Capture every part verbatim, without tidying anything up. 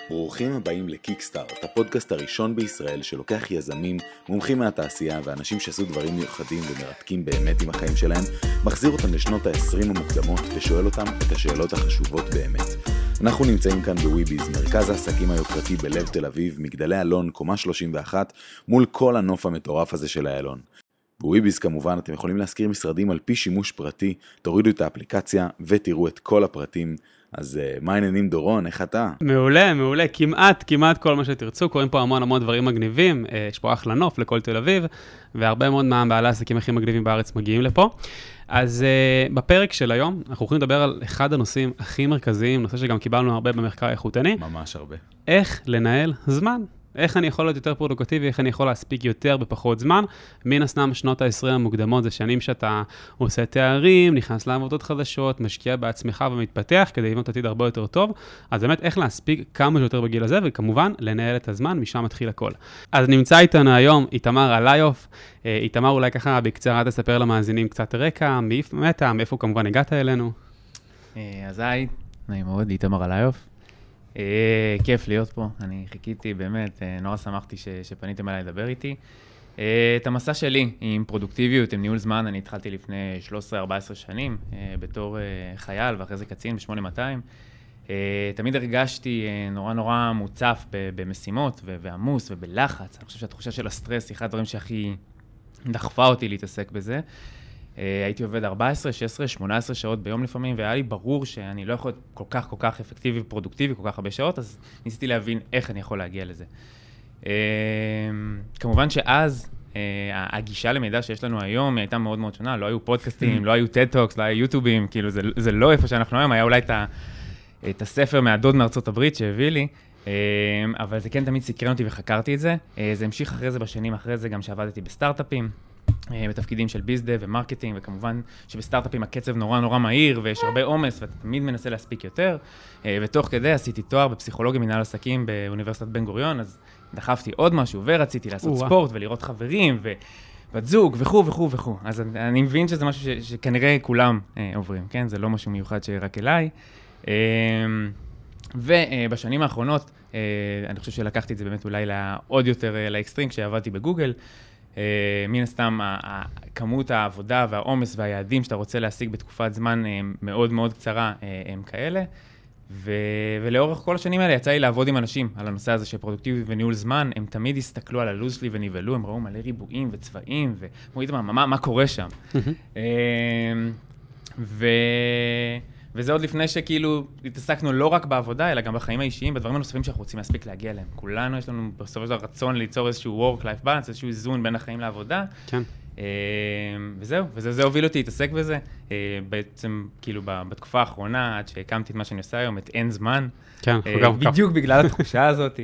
ברוכים הבאים לקיקסטארט, הפודקאסט הראשון בישראל שלוקח יזמים, מומחים מהתעשייה ואנשים שעשו דברים מיוחדים ומרתקים באמת עם החיים שלהם, מחזיר אותם לשנות ה-עשרים המוקדמות ושואל אותם את השאלות החשובות באמת. אנחנו נמצאים כאן בוויביז, מרכז העסקים היוקרתי בלב תל אביב, מגדלי אלון, קומה שלושים ואחת, מול כל הנוף המטורף הזה של האלון. בוויביז כמובן אתם יכולים להזכיר משרדים על פי שימוש פרטי, תורידו את האפליקציה ותראו את כל הפרטים. אז מה העניינים דורון, איך אתה? מעולה, מעולה, כמעט, כמעט כל מה שתרצו, קוראים פה המון המון דברים מגניבים, יש פה אחלה נוף לכל תל אביב, והרבה מאוד מהבעלי העסקים הכי מגניבים בארץ מגיעים לפה. אז uh, בפרק של היום, אנחנו הולכים לדבר על אחד הנושאים הכי מרכזיים, נושא שגם קיבלנו הרבה במחקר איכותני. ממש הרבה. איך לנהל זמן. איך אני יכול להיות יותר פרודוקטיבי, איך אני יכול להספיק יותר בפחות זמן. מן הסתם שנות ה-עשרים המוקדמות זה שנים שאתה עושה תארים, נכנס לעבודות חדשות, משקיע בעצמך ומתפתח כדי לבנות עתיד הרבה יותר טוב. אז באמת איך להספיק כמה שיותר בגיל הזה, וכמובן לנהל את הזמן, משם מתחיל הכל. אז נמצא איתנו היום איתמר עליוף. איתמר אולי ככה בקצרה תספר למאזינים קצת רקע, מאיפה אתה, מאיפה כמובן הגעת אלינו. אז היי, נעים מאוד, איתמר עליוף. Uh, כיף להיות פה, אני חיכיתי באמת, uh, נורא שמחתי ש, שפניתם אליי לדבר איתי. Uh, את המסע שלי עם פרודוקטיביות, עם ניהול זמן, אני התחלתי לפני שלוש עשרה ארבע עשרה שנים, uh, בתור uh, חייל ואחרי זה קצין ב-שמונה מאתיים. Uh, תמיד הרגשתי uh, נורא נורא מוצף ב- במשימות ו- ועמוס ובלחץ. אני חושב שהתחושה של הסטרס היא אחד הדברים שהכי דחפה אותי להתעסק בזה. Uh, הייתי עובד ארבע עשרה, שש עשרה, שמונה עשרה שעות ביום לפעמים, והיה לי ברור שאני לא יכול להיות כל כך, כל כך אפקטיבי ופרודוקטיבי, כל כך הרבה שעות, אז ניסיתי להבין איך אני יכול להגיע לזה. Uh, כמובן שאז, uh, הגישה למידע שיש לנו היום, היא הייתה מאוד מאוד שונה, לא היו פודקאסטים, לא היו טד-טוקס, לא היו יוטיובים, כאילו זה, זה לא איפה שאנחנו היום, היה אולי את, ה, את הספר מהדוד מארצות הברית שהביא לי, uh, אבל זה כן תמיד סקרן אותי וחקרתי את זה. Uh, זה המשיך אחרי זה בשנים אחרי זה, גם שעבדתי בסטארט-אפים, בתפקידים של ביזדב ומרקטינג, וכמובן שבסטארט-אפים הקצב נורא נורא מהיר, ויש הרבה עומס, ואתה תמיד מנסה להספיק יותר. ותוך כדי עשיתי תואר בפסיכולוגיה מנהל עסקים באוניברסיטת בן גוריון, אז דחפתי עוד משהו, ורציתי לעשות ספורט ולראות חברים, ובת זוג, וכו' וכו' וכו'. אז אני מבין שזה משהו ש- שכנראה כולם עוברים, כן? זה לא משהו מיוחד שרק אליי. ובשנים האחרונות, אני חושב שלקחתי את זה באמת אולי לעוד יותר לאקסטרים, כשעבדתי בגוגל, Uh, מן הסתם, כמות העבודה והעומס והיעדים שאתה רוצה להשיג בתקופת זמן uh, מאוד מאוד קצרה uh, הם כאלה, ו- ולאורך כל השנים האלה יצא לי לעבוד עם אנשים על הנושא הזה של פרודוקטיבי וניהול זמן. הם תמיד הסתכלו על הלוז שלי וניבלו, הם ראו מלא ריבועים וצבעים, ואומרים, מה, מה, מה קורה שם? uh, ו... וזה עוד לפני שכאילו התעסקנו לא רק בעבודה, אלא גם בחיים האישיים, בדברים הנוספים שאנחנו רוצים להספיק להגיע אליהם. כולנו יש לנו בסופו של דבר רצון ליצור איזשהו work-life balance, איזשהו איזון בין החיים לעבודה. כן. וזהו, וזה הוביל אותי להתעסק בזה. בעצם כאילו בתקופה האחרונה, עד שהקמתי את מה שאני עושה היום, את אין זמן. כן, בדיוק בגלל התחושה הזאת.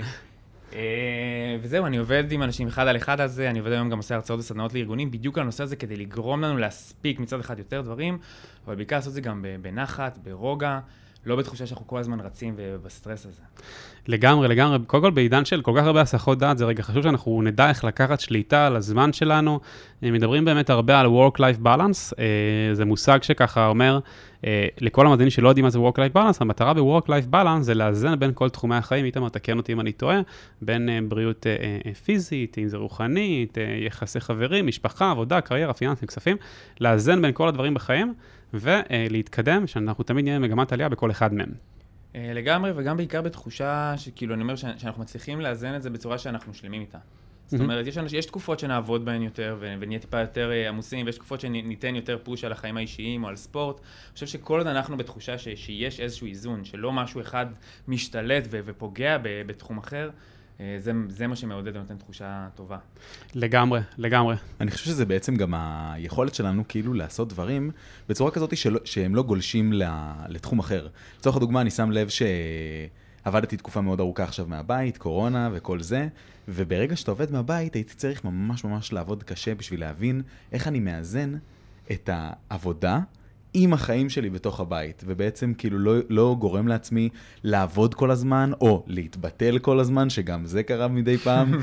וזהו, אני עובד עם אנשים אחד על אחד על זה, אני עובד היום גם עושה הרצאות וסדנאות לארגונים, בדיוק על הנושא הזה כדי לגרום לנו להספיק מצד אחד יותר דברים, אבל בעיקר לעשות זה גם בנחת, ברוגע, לא בתחושה שאנחנו כל הזמן רצים ובסטרס הזה. לגמרי, לגמרי. קודם כל, בעידן של כל כך הרבה הסחות דעת, זה רגע חשוב שאנחנו נדע איך לקחת שליטה על הזמן שלנו. מדברים באמת הרבה על work-life balance. זה מושג שככה אומר, לכל המאזינים שלא יודעים מה זה work-life balance, המטרה ב-work-life balance זה לאזן בין כל תחומי החיים, איתמר, תקן אותי אם אני טועה, בין בריאות פיזית, אם זה רוחנית, יחסי חברים, משפחה, עבודה, קריירה, פיננסים, כספים, לאזן בין כל הדברים בחיים, ולהתקדם, שאנחנו תמיד נהיה מגמת עלייה בכל אחד מהם. לגמרי, וגם בעיקר בתחושה שכאילו אני אומר שאנחנו מצליחים לאזן את זה בצורה שאנחנו שלמים איתה. זאת אומרת, יש, יש תקופות שנעבוד בהן יותר ונהיה טיפה יותר עמוסים, ויש תקופות שניתן יותר פוש על החיים האישיים או על ספורט. אני חושב שכל עוד אנחנו בתחושה ש, שיש איזשהו איזון, שלא משהו אחד משתלט ו, ופוגע ב, בתחום אחר, זה, זה מה שמעודד ונותן תחושה טובה. לגמרי, לגמרי. אני חושב שזה בעצם גם היכולת שלנו כאילו לעשות דברים בצורה כזאת של, שהם לא גולשים לתחום אחר. לצורך הדוגמה, אני שם לב שעבדתי תקופה מאוד ארוכה עכשיו מהבית, קורונה וכל זה, וברגע שאתה עובד מהבית, הייתי צריך ממש ממש לעבוד קשה בשביל להבין איך אני מאזן את העבודה עם החיים שלי בתוך הבית, ובעצם כאילו לא, לא גורם לעצמי לעבוד כל הזמן, או להתבטל כל הזמן, שגם זה קרה מדי פעם,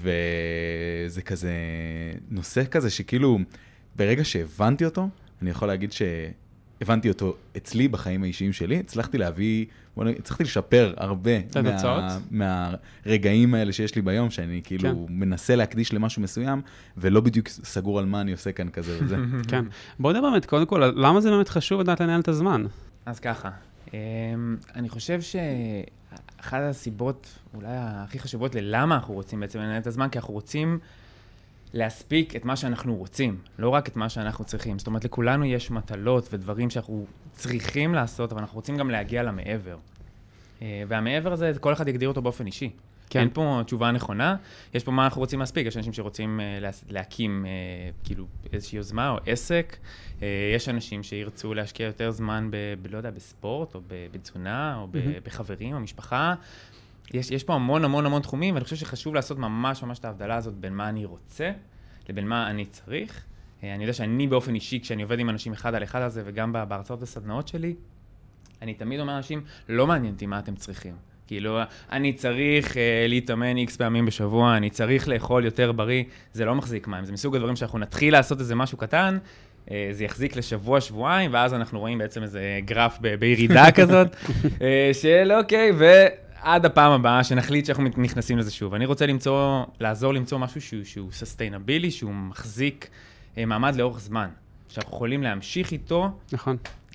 וזה כזה נושא כזה שכאילו, ברגע שהבנתי אותו, אני יכול להגיד ש... הבנתי אותו אצלי בחיים האישיים שלי, הצלחתי להביא, הצלחתי לשפר הרבה מה, מהרגעים האלה שיש לי ביום, שאני כאילו כן. מנסה להקדיש למשהו מסוים, ולא בדיוק סגור על מה אני עושה כאן כזה וזה. כן. בואו נדבר באמת, קודם כל, למה זה באמת חשוב לדעת לנהל את הזמן? אז ככה, אני חושב שאחת הסיבות, אולי הכי חשובות ללמה אנחנו רוצים בעצם לנהל את הזמן, כי אנחנו רוצים להספיק את מה שאנחנו רוצים, לא רק את מה שאנחנו צריכים. זאת אומרת, לכולנו יש מטלות ודברים שאנחנו צריכים לעשות, אבל אנחנו רוצים גם להגיע למעבר. והמעבר הזה, כל אחד יגדיר אותו באופן אישי. כן. אין פה תשובה נכונה, יש פה מה אנחנו רוצים להספיק. יש אנשים שרוצים להקים כאילו איזושהי יוזמה או עסק, יש אנשים שירצו להשקיע יותר זמן ב, ב, לא יודע, בספורט או בתזונה או mm-hmm. בחברים או משפחה. יש, יש פה המון המון המון תחומים, ואני חושב שחשוב לעשות ממש ממש את ההבדלה הזאת בין מה אני רוצה לבין מה אני צריך. אני יודע שאני באופן אישי, כשאני עובד עם אנשים אחד על אחד על זה, וגם בהרצאות וסדנאות שלי, אני תמיד אומר לאנשים, לא מעניין אותי מה אתם צריכים. כאילו, אני צריך uh, להתאמן איקס פעמים בשבוע, אני צריך לאכול יותר בריא, זה לא מחזיק מים. זה מסוג הדברים שאנחנו נתחיל לעשות איזה משהו קטן, uh, זה יחזיק לשבוע, שבועיים, ואז אנחנו רואים בעצם איזה גרף ב- בירידה כזאת, uh, של אוקיי, ועד הפעם הבאה שנחליט שאנחנו נכנסים לזה שוב. אני רוצה למצוא, לעזור למצוא משהו שהוא, שהוא סוסטיינבילי, שהוא מחזיק uh, מעמד לאורך זמן, שאנחנו יכולים להמשיך איתו. נכון.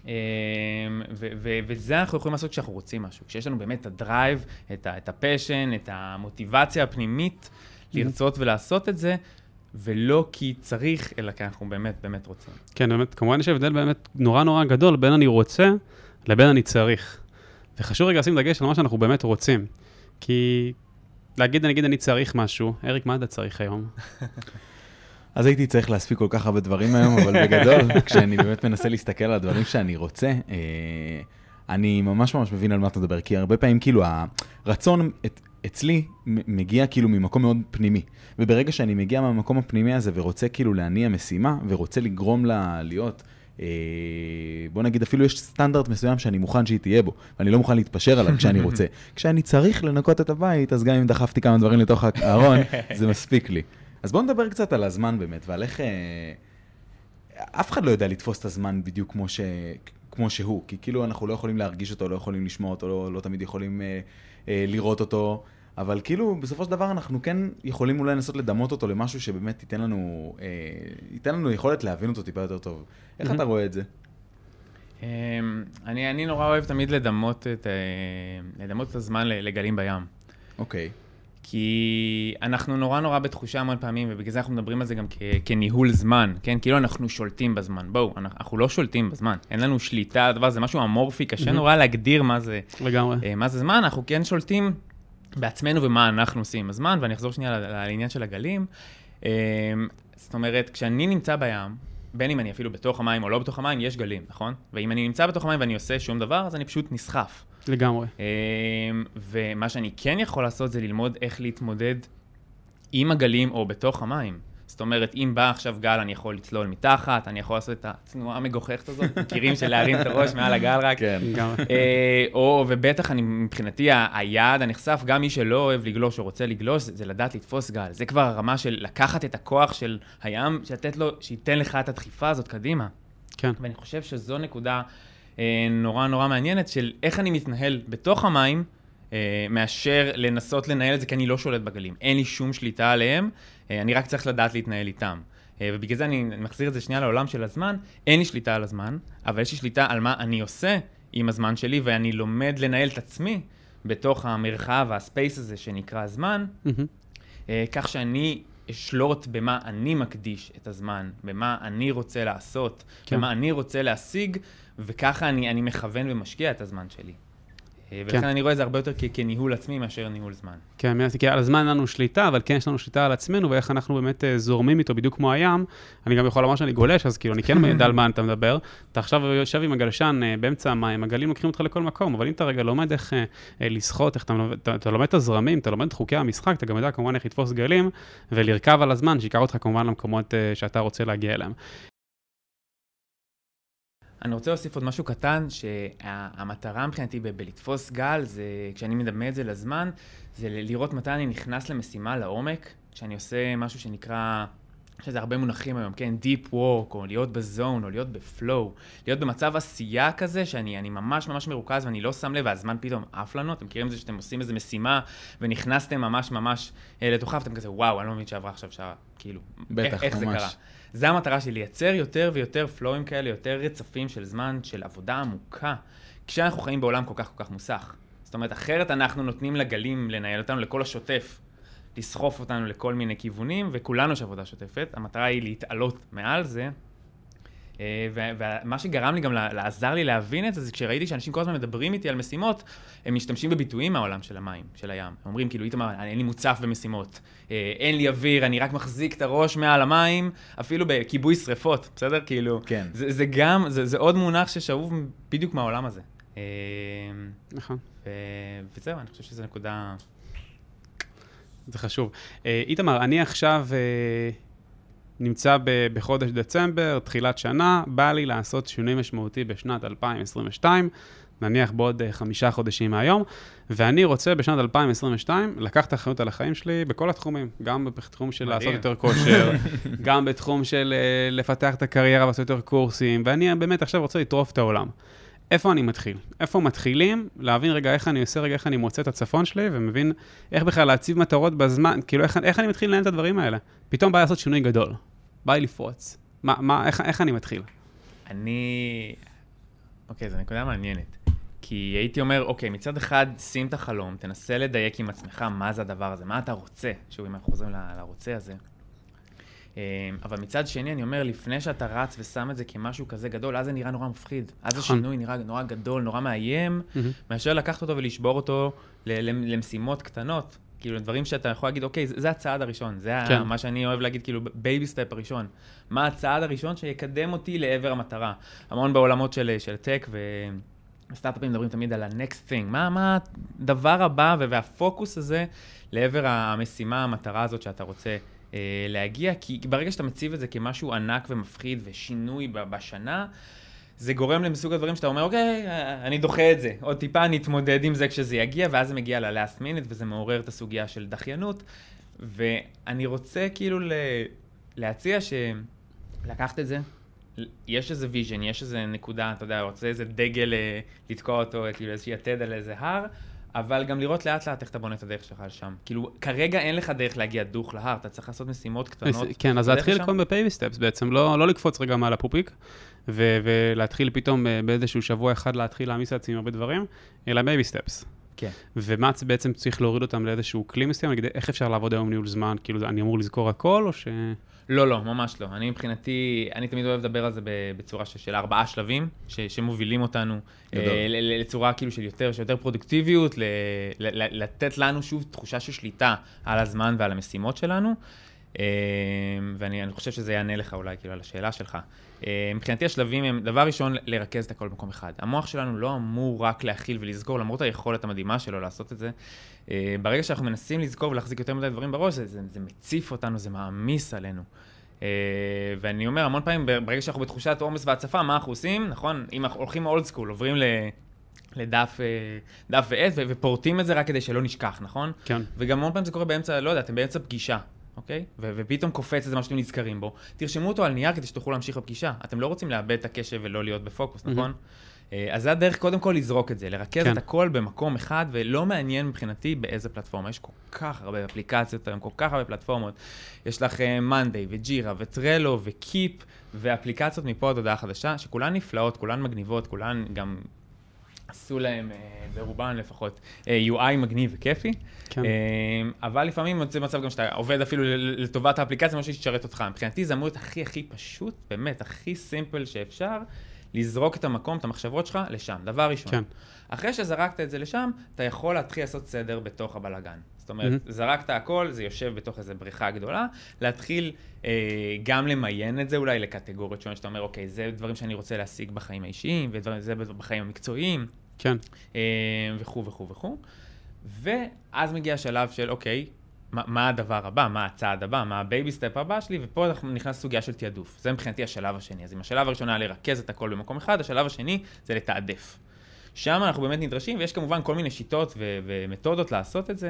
וזה אנחנו יכולים לעשות כשאנחנו רוצים משהו, כשיש לנו באמת את הדרייב, את הפשן, את המוטיבציה הפנימית לרצות ולעשות את זה, ולא כי צריך, אלא כי אנחנו באמת באמת רוצים. כן, באמת, כמובן יש הבדל באמת נורא נורא גדול בין אני רוצה לבין אני צריך. וחשוב רגע לשים דגש על מה שאנחנו באמת רוצים. כי להגיד, נגיד, אני צריך משהו. אריק, מה אתה צריך היום? אז הייתי צריך להספיק כל כך הרבה דברים היום, אבל בגדול, כשאני באמת מנסה להסתכל על הדברים שאני רוצה, אני ממש ממש מבין על מה אתה מדבר, כי הרבה פעמים כאילו הרצון אצלי מגיע כאילו ממקום מאוד פנימי, וברגע שאני מגיע מהמקום הפנימי הזה ורוצה כאילו להניע משימה, ורוצה לגרום לה להיות, בוא נגיד אפילו יש סטנדרט מסוים שאני מוכן שהיא תהיה בו, ואני לא מוכן להתפשר עליו כשאני רוצה. כשאני צריך לנקות את הבית, אז גם אם דחפתי כמה דברים לתוך הארון, זה מספיק לי. אז בואו נדבר קצת על הזמן באמת, ועל איך אה, אף אחד לא יודע לתפוס את הזמן בדיוק כמו, ש, כמו שהוא, כי כאילו אנחנו לא יכולים להרגיש אותו, לא יכולים לשמוע אותו, לא, לא תמיד יכולים אה, אה, לראות אותו, אבל כאילו בסופו של דבר אנחנו כן יכולים אולי לנסות לדמות אותו למשהו שבאמת ייתן לנו, אה, ייתן לנו יכולת להבין אותו טיפה יותר טוב. איך אתה רואה את זה? אני, אני נורא אוהב תמיד לדמות את, לדמות את הזמן לגלים בים. אוקיי. כי אנחנו נורא נורא בתחושה המון פעמים, ובגלל זה אנחנו מדברים על זה גם כ- כניהול זמן, כן? כאילו אנחנו שולטים בזמן. בואו, אנחנו לא שולטים בזמן. אין לנו שליטה, הדבר זה משהו אמורפי, קשה נורא להגדיר מה זה, לגמרי. מה זה זמן. אנחנו כן שולטים בעצמנו ומה אנחנו עושים עם הזמן, ואני אחזור שנייה לעניין של הגלים. זאת אומרת, כשאני נמצא בים, בין אם אני אפילו בתוך המים או לא בתוך המים, יש גלים, נכון? ואם אני נמצא בתוך המים ואני עושה שום דבר, אז אני פשוט נסחף. לגמרי. ומה שאני כן יכול לעשות זה ללמוד איך להתמודד עם הגלים או בתוך המים. זאת אומרת, אם בא עכשיו גל, אני יכול לצלול מתחת, אני יכול לעשות את התנועה המגוחכת הזאת, מכירים של להרים את הראש מעל הגל רק. כן. או, ובטח אני, מבחינתי, היעד הנחשף, גם מי שלא אוהב לגלוש או רוצה לגלוש, זה לדעת לתפוס גל. זה כבר הרמה של לקחת את הכוח של הים, שתת לו, שייתן לך את הדחיפה הזאת קדימה. כן. ואני חושב שזו נקודה נורא נורא מעניינת של איך אני מתנהל בתוך המים, מאשר לנסות לנהל את זה, כי אני לא שולט בגלים. אין לי שום שליטה עליהם, אני רק צריך לדעת להתנהל איתם. ובגלל זה אני מחזיר את זה שנייה לעולם של הזמן, אין לי שליטה על הזמן, אבל יש לי שליטה על מה אני עושה עם הזמן שלי, ואני לומד לנהל את עצמי בתוך המרחב, הספייס הזה שנקרא הזמן, כך שאני אשלוט במה אני מקדיש את הזמן, במה אני רוצה לעשות, במה אני רוצה להשיג, וככה אני, אני מכוון ומשקיע את הזמן שלי. ולכן אני רואה את זה הרבה יותר כניהול עצמי מאשר ניהול זמן. כן, כי על הזמן אין לנו שליטה, אבל כן יש לנו שליטה על עצמנו, ואיך אנחנו באמת זורמים איתו בדיוק כמו הים. אני גם יכול לומר שאני גולש, אז כאילו אני כן יודע על מה אתה מדבר. אתה עכשיו יושב עם הגלשן באמצע המים, הגלים לוקחים אותך לכל מקום, אבל אם אתה רגע לומד איך לשחות, איך אתה לומד את הזרמים, אתה לומד את חוקי המשחק, אתה גם יודע כמובן איך לתפוס גלים, ולרכב על הזמן, שיקר אותך כמובן למקומות שאתה רוצה להגיע אליהם. אני רוצה להוסיף עוד משהו קטן, שהמטרה מבחינתי בלתפוס גל, זה, כשאני מדמה את זה לזמן, זה לראות מתי אני נכנס למשימה לעומק, כשאני עושה משהו שנקרא יש לזה הרבה מונחים היום, כן? Deep work, או להיות בזון, או להיות בפלואו, להיות במצב עשייה כזה, שאני אני ממש ממש מרוכז, ואני לא שם לב, והזמן פתאום עף לנו. אתם מכירים את זה שאתם עושים איזו משימה, ונכנסתם ממש ממש אה, לתוכה, ואתם כזה, וואו, אני לא מבין שעברה עכשיו שעה, כאילו, בטח, איך, איך זה קרה. זה המטרה שלי, לייצר יותר ויותר פלואים כאלה, יותר רצפים של זמן, של עבודה עמוקה, כשאנחנו חיים בעולם כל כך כל כך מוסך. זאת אומרת, אחרת אנחנו נותנים לגלים לנהל אותנו, לכל השוטף, לסחוף אותנו לכל מיני כיוונים, וכולנו יש עבודה שוטפת. המטרה היא להתעלות מעל זה. ומה שגרם לי גם לעזר לי להבין את זה, זה כשראיתי שאנשים כל הזמן מדברים איתי על משימות, הם משתמשים בביטויים מהעולם של המים, של הים. הם אומרים, כאילו, איתמר, אין לי מוצף במשימות, אין לי אוויר, אני רק מחזיק את הראש מעל המים, אפילו בכיבוי שריפות, בסדר? כאילו, כן. זה, זה גם, זה, זה עוד מונח ששאוב בדיוק מהעולם הזה. נכון. וזהו, אני חושב שזו נקודה... זה חשוב. איתמר, אני עכשיו נמצא בחודש דצמבר, תחילת שנה, בא לי לעשות שינוי משמעותי בשנת אלפיים עשרים ושתיים, נניח בעוד חמישה חודשים מהיום, ואני רוצה בשנת אלפיים עשרים ושתיים לקחת אחריות על החיים שלי בכל התחומים, גם בתחום של לעשות יותר כושר, גם בתחום של לפתח את הקריירה ולעשות יותר קורסים, ואני באמת עכשיו רוצה לטרוף את העולם. איפה אני מתחיל? איפה מתחילים? להבין רגע איך אני עושה, רגע איך אני מוצא את הצפון שלי, ומבין איך בכלל להציב מטרות בזמן, כאילו איך, איך אני מתחיל לנהל את הדברים האלה. פתאום בא לעשות שינוי גדול. בא לי לפרוץ. מה, מה, איך, איך אני מתחיל? אני... אוקיי, זו נקודה מעניינת. כי הייתי אומר, אוקיי, מצד אחד, שים את החלום, תנסה לדייק עם עצמך מה זה הדבר הזה, מה אתה רוצה, שוב, אם אנחנו חוזרים לרוצה הזה. אבל מצד שני, אני אומר, לפני שאתה רץ ושם את זה כמשהו כזה גדול, אז זה נראה נורא מפחיד. אז השינוי נראה נורא גדול, נורא מאיים, מאשר לקחת אותו ולשבור אותו למשימות קטנות. כאילו, דברים שאתה יכול להגיד, אוקיי, זה הצעד הראשון. זה מה שאני אוהב להגיד, כאילו, בייבי סטפ הראשון. מה הצעד הראשון שיקדם אותי לעבר המטרה? המון בעולמות של טק וסטארט-אפים מדברים תמיד על ה-next thing. מה הדבר הבא והפוקוס הזה לעבר המשימה, המטרה הזאת שאתה רוצה להגיע, כי ברגע שאתה מציב את זה כמשהו ענק ומפחיד ושינוי בשנה, זה גורם למסוג הדברים שאתה אומר, אוקיי, אני דוחה את זה, עוד טיפה אני אתמודד עם זה כשזה יגיע, ואז זה מגיע ל-last minute, וזה מעורר את הסוגיה של דחיינות, ואני רוצה כאילו להציע שלקחת את זה, יש איזה ויז'ן, יש איזה נקודה, אתה יודע, רוצה איזה דגל לתקוע אותו, כאילו איזושהי יתד על איזה הר, אבל גם לראות לאט לאט איך אתה בונה את הדרך שלך לשם. כאילו, כרגע אין לך דרך להגיע דוך להר, אתה צריך לעשות משימות קטנות. כן, אז להתחיל לקום בפייבי סטפס בעצם, לא, לא לקפוץ רגע מעל הפופיק, ו- ולהתחיל פתאום באיזשהו שבוע אחד להתחיל להעמיס לעצמי הרבה דברים, אלא בייבי סטפס. כן. ומה בעצם צריך להוריד אותם לאיזשהו כלי מסוים, נגיד, איך אפשר לעבוד היום ניהול זמן? כאילו, אני אמור לזכור הכל, או ש... לא, לא, ממש לא. אני מבחינתי, אני תמיד אוהב לדבר על זה בצורה של ארבעה שלבים, ש- שמובילים אותנו אה, לצורה כאילו של יותר, של יותר פרודוקטיביות, ל- ל- לתת לנו שוב תחושה של שליטה על הזמן ועל המשימות שלנו, אה, ואני אני חושב שזה יענה לך אולי כאילו על השאלה שלך. אה, מבחינתי השלבים הם, דבר ראשון, לרכז את הכל במקום אחד. המוח שלנו לא אמור רק להכיל ולזכור, למרות היכולת המדהימה שלו לעשות את זה. אה, ברגע שאנחנו מנסים לזכור ולהחזיק יותר מדי דברים בראש, זה, זה, זה מציף אותנו, זה מעמיס עלינו. Uh, ואני אומר, המון פעמים, ברגע שאנחנו בתחושת עומס והצפה, מה אנחנו עושים? נכון? אם אנחנו הולכים אולד סקול, עוברים לדף דף ועט, ופורטים את זה רק כדי שלא נשכח, נכון? כן. וגם המון פעמים זה קורה באמצע, לא יודע, אתם באמצע פגישה, אוקיי? ו- ופתאום קופץ איזה מה שאתם נזכרים בו. תרשמו אותו על נייר כדי שתוכלו להמשיך בפגישה. אתם לא רוצים לאבד את הקשב ולא להיות בפוקוס, נכון? אז זה הדרך קודם כל לזרוק את זה, לרכז כן. את הכל במקום אחד, ולא מעניין מבחינתי באיזה פלטפורמה. יש כל כך הרבה אפליקציות היום, כל כך הרבה פלטפורמות. יש לכם מאנדיי וג'ירה וטרלו וקיפ, ואפליקציות מפה עד הודעה חדשה, שכולן נפלאות, כולן מגניבות, כולן גם עשו להם, ברובן לפחות, יו איי מגניב וכיפי. כן. אבל לפעמים זה מצב גם שאתה עובד אפילו לטובת האפליקציה, משהו שתשרת אותך. מבחינתי זה אמור להיות הכי הכי פשוט, באמת, הכי סימפל שאפשר, לזרוק את המקום, את המחשבות שלך, לשם. דבר ראשון. כן. אחרי שזרקת את זה לשם, אתה יכול להתחיל לעשות סדר בתוך הבלגן. זאת אומרת, mm-hmm. זרקת הכל, זה יושב בתוך איזו בריכה גדולה, להתחיל אה, גם למיין את זה אולי לקטגוריות שונות, שאתה אומר, אוקיי, זה דברים שאני רוצה להשיג בחיים האישיים, וזה בחיים המקצועיים. כן. אה, וכו' וכו' וכו'. ואז מגיע השלב של, אוקיי, מה, מה הדבר הבא, מה הצעד הבא, מה הבייבי סטפ הבא שלי, ופה אנחנו נכנס סוגיה של תיעדוף. זה מבחינתי השלב השני. אז אם השלב הראשון היה לרכז את הכל במקום אחד, השלב השני זה לתעדף. שם אנחנו באמת נדרשים, ויש כמובן כל מיני שיטות ו- ומתודות לעשות את זה,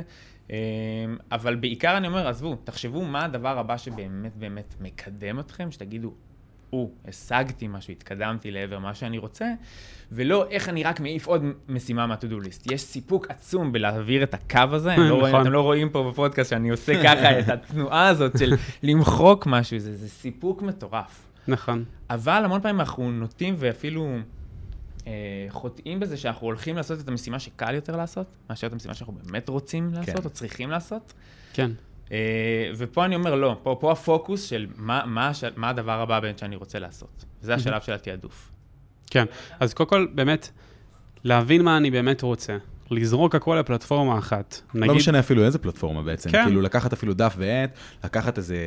אבל בעיקר אני אומר, עזבו, תחשבו מה הדבר הבא שבאמת באמת מקדם אתכם, שתגידו, או, השגתי משהו, התקדמתי לעבר מה שאני רוצה, ולא איך אני רק מעיף עוד משימה מה-to-do list. יש סיפוק עצום בלהעביר את הקו הזה, לא רואים, אתם לא רואים פה בפודקאסט שאני עושה ככה את התנועה הזאת של למחוק משהו, זה, זה סיפוק מטורף. נכון. אבל המון פעמים אנחנו נוטים ואפילו אה, חוטאים בזה שאנחנו הולכים לעשות את המשימה שקל יותר לעשות, מאשר את המשימה שאנחנו באמת רוצים לעשות, כן. או צריכים לעשות. כן. Uh, ופה אני אומר לא, פה, פה הפוקוס של מה, מה, מה הדבר הבא באמת שאני רוצה לעשות. זה השלב של התיעדוף. כן, אז קודם כל באמת, להבין מה אני באמת רוצה, לזרוק הכל לפלטפורמה אחת. נגיד... לא משנה אפילו איזה פלטפורמה בעצם, כן. כאילו לקחת אפילו דף ועט, לקחת איזה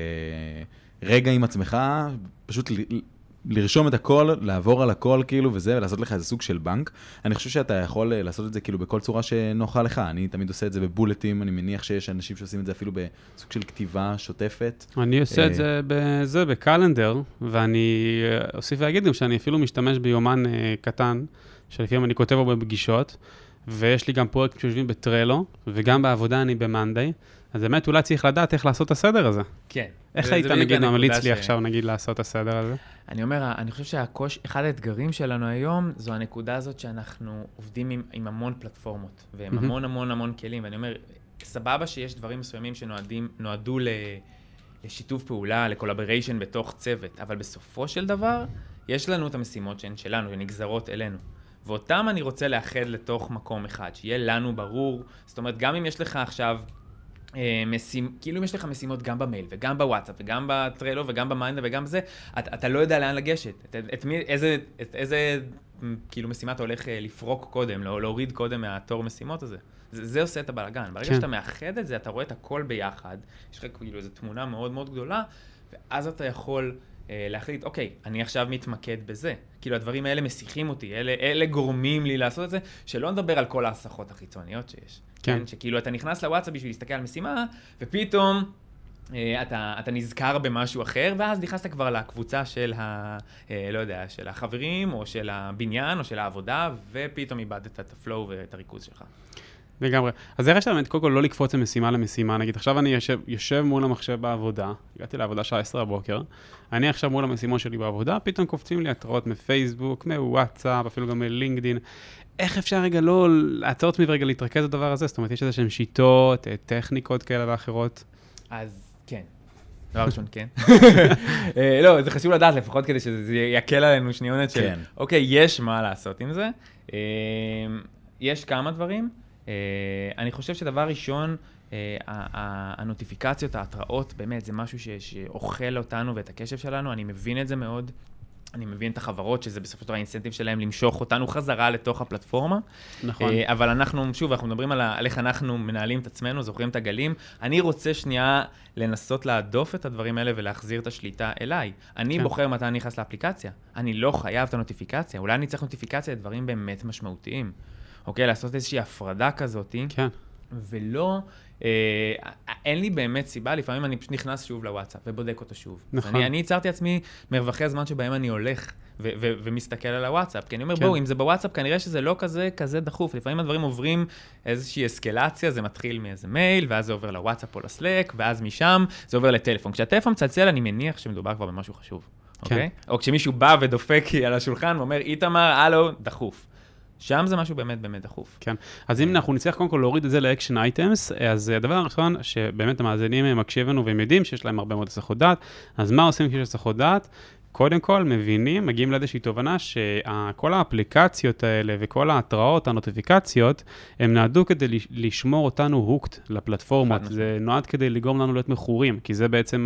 רגע עם עצמך, פשוט לרשום את הכל, לעבור על הכל כאילו וזה, ולעשות לך איזה סוג של בנק. אני חושב שאתה יכול לעשות את זה כאילו בכל צורה שנוחה לך. אני תמיד עושה את זה בבולטים, אני מניח שיש אנשים שעושים את זה אפילו בסוג של כתיבה שוטפת. אני עושה את זה בזה, בקלנדר, ואני אוסיף להגיד גם שאני אפילו משתמש ביומן קטן, שלפעמים אני כותב בו בפגישות, ויש לי גם פרויקטים שיושבים בטרלו, וגם בעבודה אני במאנדיי, אז באמת אולי צריך לדעת איך לעשות את הסדר הזה. כן. איך היית נגיד ממליץ לי עכשיו נגיד לעשות את הסדר הזה? אני אומר, אני חושב שהקוש, אחד האתגרים שלנו היום, זו הנקודה הזאת שאנחנו עובדים עם, עם המון פלטפורמות, ועם המון המון המון כלים, ואני אומר, סבבה שיש דברים מסוימים שנועדו לשיתוף פעולה, לקולאבריישן בתוך צוות, אבל בסופו של דבר, יש לנו את המשימות שהן שלנו, שנגזרות אלינו. ואותם אני רוצה לאחד לתוך מקום אחד, שיהיה לנו ברור, זאת אומרת, גם אם יש לך עכשיו, משימ... כאילו אם יש לך משימות גם במייל, וגם בוואטסאפ, וגם בטרלו, וגם במיינדה, וגם זה, אתה, אתה לא יודע לאן לגשת. את, את מי, איזה, את, איזה, כאילו משימה אתה הולך לפרוק קודם, לא, להוריד קודם מהתור משימות הזה. זה, זה עושה את הבלגן. ברגע כן. שאתה מאחד את זה, אתה רואה את הכל ביחד, יש לך כאילו איזו תמונה מאוד מאוד גדולה, ואז אתה יכול אה, להחליט, אוקיי, אני עכשיו מתמקד בזה. כאילו הדברים האלה משיחים אותי, אלה, אלה גורמים לי לעשות את זה, שלא נדבר על כל ההסחות החיצוניות שיש. כן. שכאילו אתה נכנס לוואטסאפ בשביל להסתכל על משימה, ופתאום אה, אתה, אתה נזכר במשהו אחר, ואז נכנסת כבר לקבוצה של ה, אה, לא יודע, של החברים, או של הבניין, או של העבודה, ופתאום איבדת את הפלואו ואת הריכוז שלך. לגמרי. אז זה רשת באמת, קודם כל לא לקפוץ ממשימה למשימה, נגיד, עכשיו אני יושב, יושב מול המחשב בעבודה, הגעתי לעבודה שעה עשרה בבוקר, אני עכשיו מול המשימות שלי בעבודה, פתאום קופצים לי התראות מפייסבוק, מוואטסאפ, אפילו גם מלינקדין, איך אפשר רגע לא לעצור עצמי ורגע להתרכז בדבר הזה? זאת אומרת, יש איזה שהן שיטות, טכניקות כאלה ואחרות? אז כן. דבר ראשון, כן. לא, זה חשוב לדעת לפחות כדי שזה יקל עלינו שניונת של, אוקיי, יש מה לעשות עם זה. יש כמה דברים. אני חושב שדבר ראשון, הנוטיפיקציות, ההתראות, באמת, זה משהו שאוכל אותנו ואת הקשב שלנו. אני מבין את זה מאוד. אני מבין את החברות, שזה בסופו של דבר האינסנטיב שלהם למשוך אותנו חזרה לתוך הפלטפורמה. נכון. אבל אנחנו, שוב, אנחנו מדברים על איך אנחנו מנהלים את עצמנו, זוכרים את הגלים. אני רוצה שנייה לנסות להדוף את הדברים האלה ולהחזיר את השליטה אליי. אני כן. בוחר מתי אני נכנס לאפליקציה. אני לא חייב את הנוטיפיקציה. אולי אני צריך נוטיפיקציה לדברים באמת משמעותיים. אוקיי, לעשות איזושהי הפרדה כזאת. כן. ולא... אה, אין לי באמת סיבה, לפעמים אני פשוט נכנס שוב לוואטסאפ ובודק אותו שוב. נכון. אני, אני יצרתי עצמי מרווחי הזמן שבהם אני הולך ו- ו- ומסתכל על הוואטסאפ, כי אני אומר, כן. בואו, אם זה בוואטסאפ, כנראה שזה לא כזה, כזה דחוף. לפעמים הדברים עוברים איזושהי אסקלציה, זה מתחיל מאיזה מייל, ואז זה עובר לוואטסאפ או לסלק, ואז משם זה עובר לטלפון. כשהטלפון מצלצל, אני מניח שמדובר כבר במשהו חשוב. כן. אוקיי? או כשמישהו בא ודופק על השולחן ואומר, איתמר, הלו, דחוף. שם זה משהו באמת באמת דחוף. כן. אז אם אנחנו נצליח קודם כל להוריד את זה לאקשן אייטמס, אז הדבר הראשון שבאמת המאזינים מקשיבים לנו והם יודעים שיש להם הרבה מאוד הסחות דעת, אז מה עושים כשיש הסחות דעת? קודם כל מבינים, מגיעים לאיזושהי תובנה שכל האפליקציות האלה וכל ההתראות, הנוטיפיקציות, הם נועדו כדי לשמור אותנו הוקט לפלטפורמות. זה נועד כדי לגרום לנו להיות מכורים, כי זה בעצם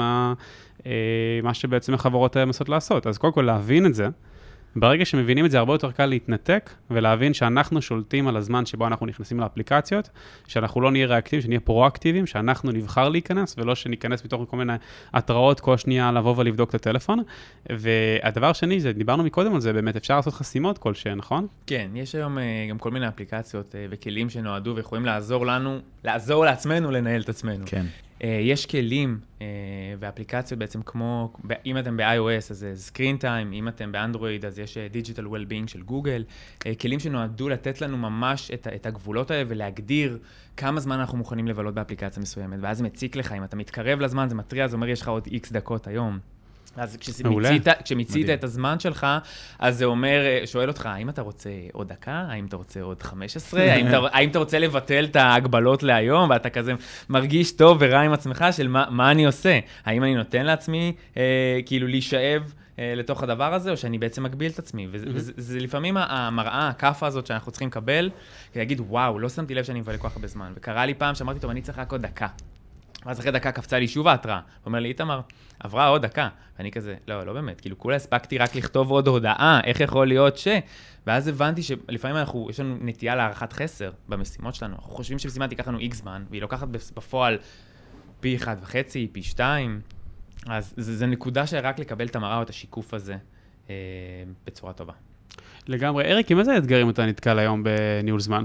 מה שבעצם החברות האלה מנסות לעשות. אז קודם כל להבין את זה, ברגע שמבינים את זה, הרבה יותר קל להתנתק, ולהבין שאנחנו שולטים על הזמן שבו אנחנו נכנסים לאפליקציות, שאנחנו לא נהיה ריאקטיביים, שנהיה פרואקטיביים, שאנחנו נבחר להיכנס, ולא שניכנס מתוך כל מיני התראות, כל שנייה לבוא ולבדוק את הטלפון. והדבר שני, זה, דיברנו מקודם על זה, באמת אפשר לעשות חסימות כלשהן, נכון? כן, יש היום גם כל מיני אפליקציות וכלים שנועדו ויכולים לעזור לנו, לעזור לעצמנו לנהל את עצמנו. כן. יש כלים ואפליקציות בעצם כמו, אם אתם ב-iOS אז זה Screen Time, אם אתם באנדרואיד אז יש Digital Well-being של גוגל, כלים שנועדו לתת לנו ממש את, את הגבולות האלה ולהגדיר כמה זמן אנחנו מוכנים לבלות באפליקציה מסוימת, ואז זה מציק לך, אם אתה מתקרב לזמן, זה מטריע, זה אומר יש לך עוד X דקות היום. אז כשמיצית, כשמיצית את הזמן שלך, אז זה אומר, שואל אותך, האם אתה רוצה עוד דקה? האם אתה רוצה עוד חמש עשרה? האם אתה, האם אתה רוצה לבטל את ההגבלות להיום? ואתה כזה מרגיש טוב ורע עם עצמך של מה, מה אני עושה? האם אני נותן לעצמי, אה, כאילו, להישאב אה, לתוך הדבר הזה, או שאני בעצם מגביל את עצמי? וזה, וזה, זה לפעמים המראה, הכאפה הזאת שאנחנו צריכים לקבל, כדי להגיד, וואו, לא שמתי לב שאני מבלה כל כך הרבה זמן. וקרה לי פעם שאמרתי, טוב, אני צריך רק עוד דקה. ואז אחרי דקה קפצה לי שוב ההתראה. הוא אומר לי, איתמר, עברה עוד דקה. ואני כזה, לא, לא באמת, כאילו, כולה הספקתי רק לכתוב עוד הודעה, איך יכול להיות ש... ואז הבנתי שלפעמים אנחנו, יש לנו נטייה להערכת חסר במשימות שלנו. אנחנו חושבים שמשימה תיקח לנו איקס זמן, והיא לוקחת בפועל פי אחד וחצי, פי שתיים. אז זה, זה נקודה שרק לקבל את המראה או את השיקוף הזה אה, בצורה טובה. לגמרי. אריק, עם איזה אתגרים אתה נתקל היום בניהול זמן?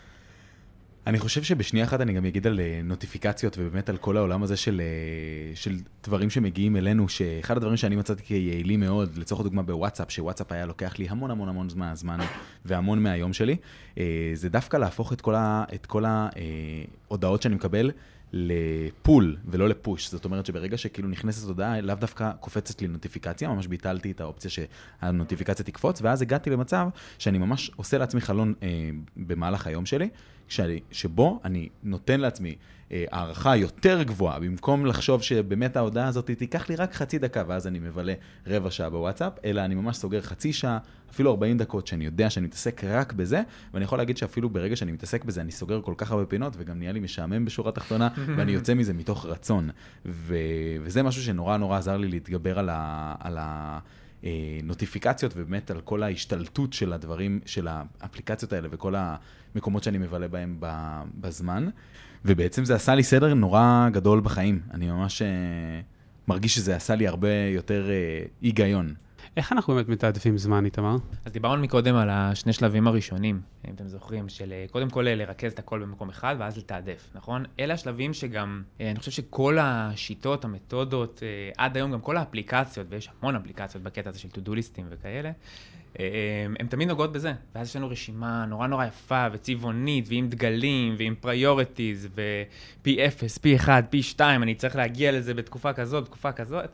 אני חושב שבשנייה אחת אני גם אגיד על נוטיפיקציות ובאמת על כל העולם הזה של, של דברים שמגיעים אלינו, שאחד הדברים שאני מצאתי כיעילים מאוד, לצורך הדוגמה בוואטסאפ, שוואטסאפ היה לוקח לי המון המון המון זמן, זמן והמון מהיום שלי, זה דווקא להפוך את כל, ה, את כל ההודעות שאני מקבל לפול ולא לפוש. זאת אומרת שברגע שכאילו נכנסת הודעה, לאו דווקא קופצת לי נוטיפיקציה, ממש ביטלתי את האופציה שהנוטיפיקציה תקפוץ, ואז הגעתי למצב שאני ממש עושה לעצמי חלון אה, במהלך היום שלי, שאני, שבו אני נותן לעצמי אה, הערכה יותר גבוהה, במקום לחשוב שבאמת ההודעה הזאת תיקח לי רק חצי דקה, ואז אני מבלה רבע שעה בוואטסאפ, אלא אני ממש סוגר חצי שעה, אפילו ארבעים דקות, שאני יודע שאני מתעסק רק בזה, ואני יכול להגיד שאפילו ברגע שאני מתעסק בזה, אני סוגר כל כך הרבה פינות, וגם נהיה לי משעמם בשורה תחתונה, ואני יוצא מזה מתוך רצון. ו... וזה משהו שנורא נורא עזר לי להתגבר על ה... על ה... נוטיפיקציות, ובאמת על כל ההשתלטות של הדברים, של האפליקציות האלה, וכל המקומות שאני מבלה בהם בזמן. ובעצם זה עשה לי סדר נורא גדול בחיים. אני ממש מרגיש שזה עשה לי הרבה יותר היגיון. איך אנחנו באמת מתעדפים זמן, איתמר? אז דיברנו מקודם על השני שלבים הראשונים, אם אתם זוכרים, של קודם כל לרכז את הכל במקום אחד, ואז לתעדף, נכון? אלה השלבים שגם, אני חושב שכל השיטות, המתודות, עד היום גם כל האפליקציות, ויש המון אפליקציות בקטע הזה של to-do ליסטים וכאלה, הם תמיד נוגעות בזה. ואז יש לנו רשימה נורא נורא יפה וצבעונית, ועם דגלים, ועם priorities, ו-פי אפס, פי אחד, פי שתיים, אני צריך להגיע לזה בתקופה כזאת, בתקופה כזאת.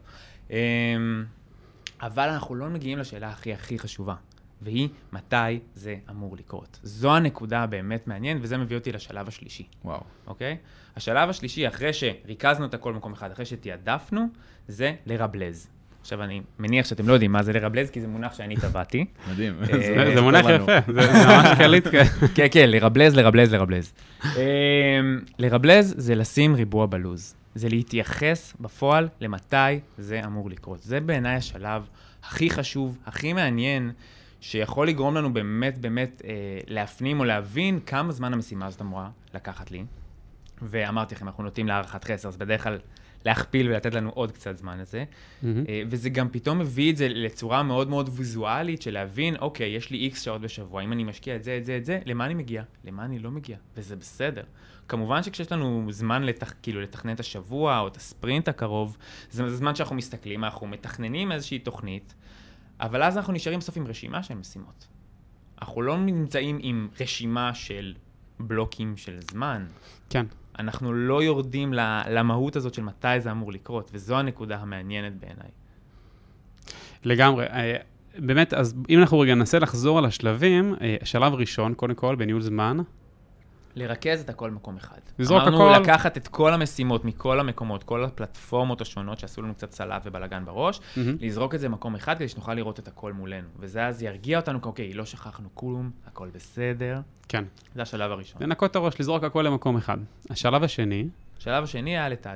אבל אנחנו לא מגיעים לשאלה הכי הכי חשובה, והיא מתי זה אמור לקרות. זו הנקודה באמת מעניינת, וזה מביא אותי לשלב השלישי. וואו. אוקיי? השלב השלישי, אחרי שריכזנו את הכל במקום אחד, אחרי שתיעדפנו, זה לרבלז. עכשיו אני מניח שאתם לא יודעים מה זה לרבלז, כי זה מונח שאני טבעתי. מדהים. זה מונח יפה, זה ממש קליט. כן, כן, לרבלז, לרבלז, לרבלז. לרבלז זה לשים ריבוע בלוז. זה להתייחס בפועל למתי זה אמור לקרות. זה בעיניי השלב הכי חשוב, הכי מעניין, שיכול לגרום לנו באמת באמת אה, להפנים או להבין כמה זמן המשימה הזאת אמורה לקחת לי. ואמרתי לכם, אנחנו נוטים להערכת חסר, אז בדרך כלל להכפיל ולתת לנו עוד קצת זמן לזה. Mm-hmm. אה, וזה גם פתאום מביא את זה לצורה מאוד מאוד ויזואלית, של להבין, אוקיי, יש לי איקס שעות בשבוע, אם אני משקיע את זה, את זה, את זה, למה אני מגיע? למה אני לא מגיע? וזה בסדר. כמובן שכשיש לנו זמן לתכ... כאילו, לתכנן את השבוע או את הספרינט הקרוב, זה זמן שאנחנו מסתכלים, אנחנו מתכננים איזושהי תוכנית, אבל אז אנחנו נשארים בסוף עם רשימה של משימות. אנחנו לא נמצאים עם רשימה של בלוקים של זמן. כן. אנחנו לא יורדים למהות הזאת של מתי זה אמור לקרות, וזו הנקודה המעניינת בעיניי. לגמרי. באמת, אז אם אנחנו רגע ננסה לחזור על השלבים, שלב ראשון, קודם כל, בניהול זמן, לרכז את הכל במקום אחד. לזרוק הכל. אמרנו לקחת את כל המשימות מכל המקומות, כל הפלטפורמות השונות שעשו לנו קצת סלט ובלגן בראש, mm-hmm. לזרוק את זה במקום אחד כדי שנוכל לראות את הכל מולנו. וזה אז ירגיע אותנו, אוקיי, לא שכחנו כלום, הכל בסדר. כן. זה השלב הראשון. לנקות את הראש, לזרוק הכל למקום אחד. השלב השני. השלב השני היה לתעדף.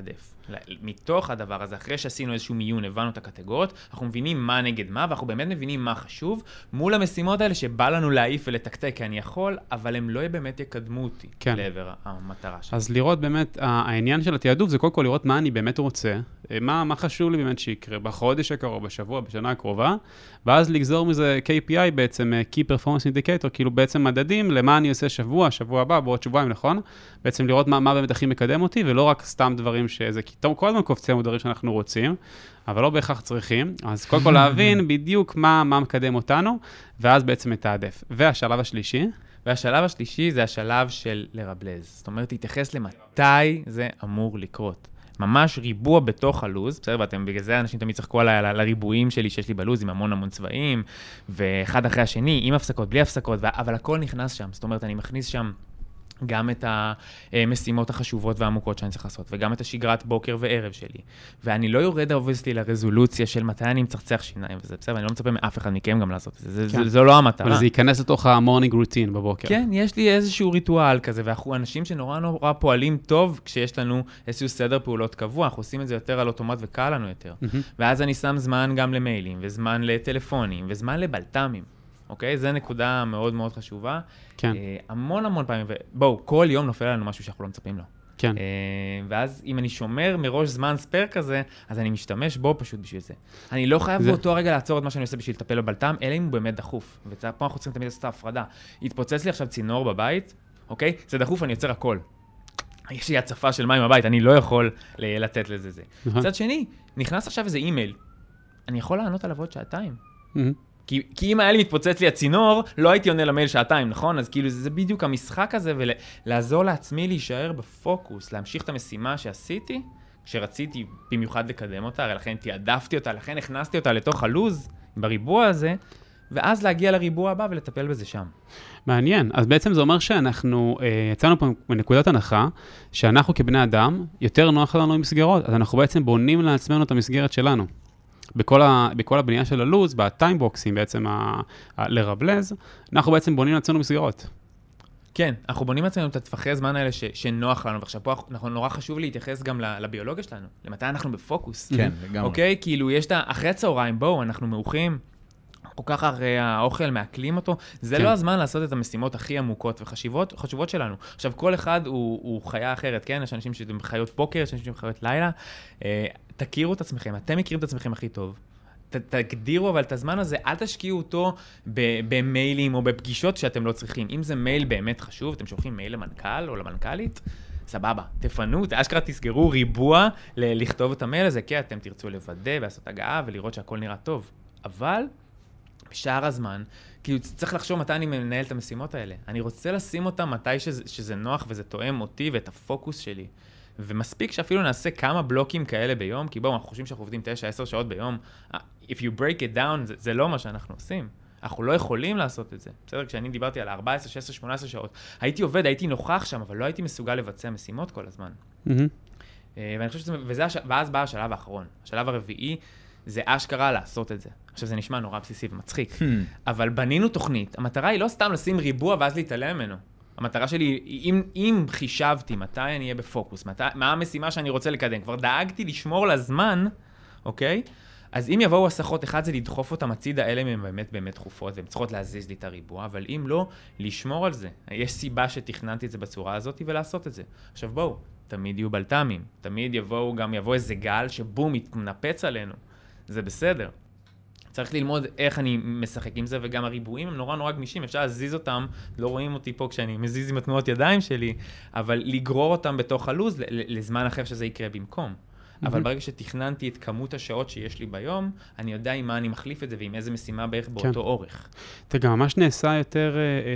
מתוך הדבר הזה, אחרי שעשינו איזשהו מיון, הבנו את הקטגוריות, אנחנו מבינים מה נגד מה, ואנחנו באמת מבינים מה חשוב, מול המשימות האלה שבא לנו להעיף ולתקתק, כי אני יכול, אבל הם לא באמת יקדמו אותי כן. לעבר המטרה שלי. אז לראות באמת, העניין של התיעדוף זה קודם כל לראות מה אני באמת רוצה, מה, מה חשוב לי באמת שיקרה בחודש הקרוב, בשבוע, בשנה הקרובה, ואז לגזור מזה קיי פי איי בעצם, Key Performance Indicator, כאילו בעצם מדדים למה אני עושה שבוע, שבוע הבא, בעוד שבועיים, נכון? בעצם לראות מה, מה באמת הכי מקדם אותי, ולא רק סתם דברים שזה, כי כל הזמן קופצים דברים שאנחנו רוצים, אבל לא בהכרח צריכים, אז קודם כל להבין בדיוק מה, מה מקדם אותנו, ואז בעצם מתעדף. והשלב השלישי? והשלב השלישי זה השלב של לרבלז. זאת אומרת, תתייחס למתי זה אמור לקרות. ממש ריבוע בתוך הלוז, בסדר? ואתם בגלל זה אנשים תמיד צחקו עליי על הריבועים שלי שיש לי בלוז עם המון המון צבעים, ואחד אחרי השני, עם הפסקות, בלי הפסקות, אבל הכל נכנס שם. זאת אומרת, אני מכניס שם גם את המשימות החשובות והעמוקות שאני צריך לעשות, וגם את השגרת בוקר וערב שלי. ואני לא יורד אובייסלי לרזולוציה של מתי אני מצחצח שיניים, וזה בסדר, ואני לא מצפה מאף אחד מכם גם לעשות את זה, כן. זו לא המטרה. אבל זה ייכנס לתוך המורנינג רוטין בבוקר. כן, יש לי איזשהו ריטואל כזה, ואנחנו אנשים שנורא נורא פועלים טוב, כשיש לנו איזשהו סדר פעולות קבוע, אנחנו עושים את זה יותר על אוטומט וקל לנו יותר. Mm-hmm. ואז אני שם זמן גם למיילים, וזמן לטלפונים, וזמן לבלטמים. אוקיי? זו נקודה מאוד מאוד חשובה. כן. אה, המון המון פעמים, ובואו, כל יום נופל לנו משהו שאנחנו לא מצפים לו. כן. אה, ואז אם אני שומר מראש זמן ספר כזה, אז אני משתמש בו פשוט בשביל זה. אני לא חייב זה... באותו הרגע לעצור את מה שאני עושה בשביל לטפל בבלטם, אלא אם הוא באמת דחוף. ופה אנחנו צריכים תמיד לעשות את ההפרדה. התפוצץ לי עכשיו צינור בבית, אוקיי? זה דחוף, אני יוצר הכל. יש לי הצפה של מים בבית, אני לא יכול לתת לזה זה. מצד שני, נכנס עכשיו איזה אימייל. אני יכול לענות עליו עוד שעתיים. כי, כי אם היה לי מתפוצץ לי הצינור, לא הייתי עונה למייל שעתיים, נכון? אז כאילו זה, זה בדיוק המשחק הזה, ולעזור לעצמי להישאר בפוקוס, להמשיך את המשימה שעשיתי, כשרציתי במיוחד לקדם אותה, הרי לכן תיעדפתי אותה, לכן הכנסתי אותה לתוך הלוז, בריבוע הזה, ואז להגיע לריבוע הבא ולטפל בזה שם. מעניין. אז בעצם זה אומר שאנחנו, יצאנו פה מנקודת הנחה, שאנחנו כבני אדם, יותר נוח לנו עם מסגרות, אז אנחנו בעצם בונים לעצמנו את המסגרת שלנו. בכל, ה, בכל הבנייה של הלוז, בטיימבוקסים בעצם ה, ה, לרבלז, אנחנו בעצם בונים לעצמנו מסגרות. כן, אנחנו בונים לעצמנו את הטווחי זמן האלה ש, שנוח לנו, ועכשיו פה אנחנו נורא חשוב להתייחס גם לביולוגיה שלנו, למתי אנחנו בפוקוס. כן, לגמרי. אוקיי? כאילו יש את אחרי הצהריים, בואו, אנחנו מאוחים, כל כך הרי האוכל מעכלים אותו, זה כן. לא הזמן לעשות את המשימות הכי עמוקות וחשובות חשובות שלנו. עכשיו, כל אחד הוא, הוא חיה אחרת, כן? יש אנשים שהם חיות בוקר, יש אנשים שהם חיות לילה. אה, תכירו את עצמכם, אתם מכירים את עצמכם הכי טוב. ת, תגדירו, אבל את הזמן הזה, אל תשקיעו אותו במיילים או בפגישות שאתם לא צריכים. אם זה מייל באמת חשוב, אתם שולחים מייל למנכ"ל או למנכ"לית, סבבה, תפנו, אשכרה תסגרו ריבוע ל- לכתוב את המייל הזה, כי אתם תרצו לוודא ולעשות הגעה ולראות שהכל נראה טוב. אבל בשאר הזמן, כאילו צריך לחשוב מתי אני מנהל את המשימות האלה. אני רוצה לשים אותם מתי שזה, שזה נוח וזה תואם אותי ואת הפוקוס שלי. ומספיק שאפילו נעשה כמה בלוקים כאלה ביום, כי בואו, אנחנו חושבים שאנחנו עובדים תשע עשר שעות ביום. If you break it down, זה, זה לא מה שאנחנו עושים. אנחנו לא יכולים לעשות את זה. בסדר, כשאני דיברתי על ארבע עשרה, שש עשרה, שמונה עשרה שעות, הייתי עובד, הייתי נוכח שם, אבל לא הייתי מסוגל לבצע משימות כל הזמן. Mm-hmm. ואני חושב שזה, וזה, ואז בא השלב האחרון. השלב הרביעי, זה אשכרה לעשות את זה. עכשיו זה נשמע נורא בסיסי ומצחיק, hmm. אבל בנינו תוכנית. המטרה היא לא סתם לשים ריבוע ואז להתעלם ממנו. המטרה שלי, אם, אם חישבתי מתי אני אהיה בפוקוס, מתי, מה המשימה שאני רוצה לקדם, כבר דאגתי לשמור לזמן, אוקיי? אז אם יבואו הסחות, אחד זה לדחוף אותם הצידה, אלה הם באמת באמת דחופות, והן צריכות להזיז לי את הריבוע, אבל אם לא, לשמור על זה. יש סיבה שתכננתי את זה בצורה הזאת ולעשות את זה. עכשיו בואו, תמיד יהיו בלטמים, תמיד יבואו, גם יבוא איזה גל שבום, יתנפץ עלינו. זה בסדר. צריך ללמוד איך אני משחק עם זה, וגם הריבועים הם נורא נורא גמישים, אפשר להזיז אותם, לא רואים אותי פה כשאני מזיז עם התנועות ידיים שלי, אבל לגרור אותם בתוך הלוז לזמן אחר שזה יקרה במקום. אבל ברגע שתכננתי את כמות השעות שיש לי ביום, אני יודע עם מה אני מחליף את זה, ועם איזה משימה בערך באותו אורך. אתה גם ממש נעשה יותר...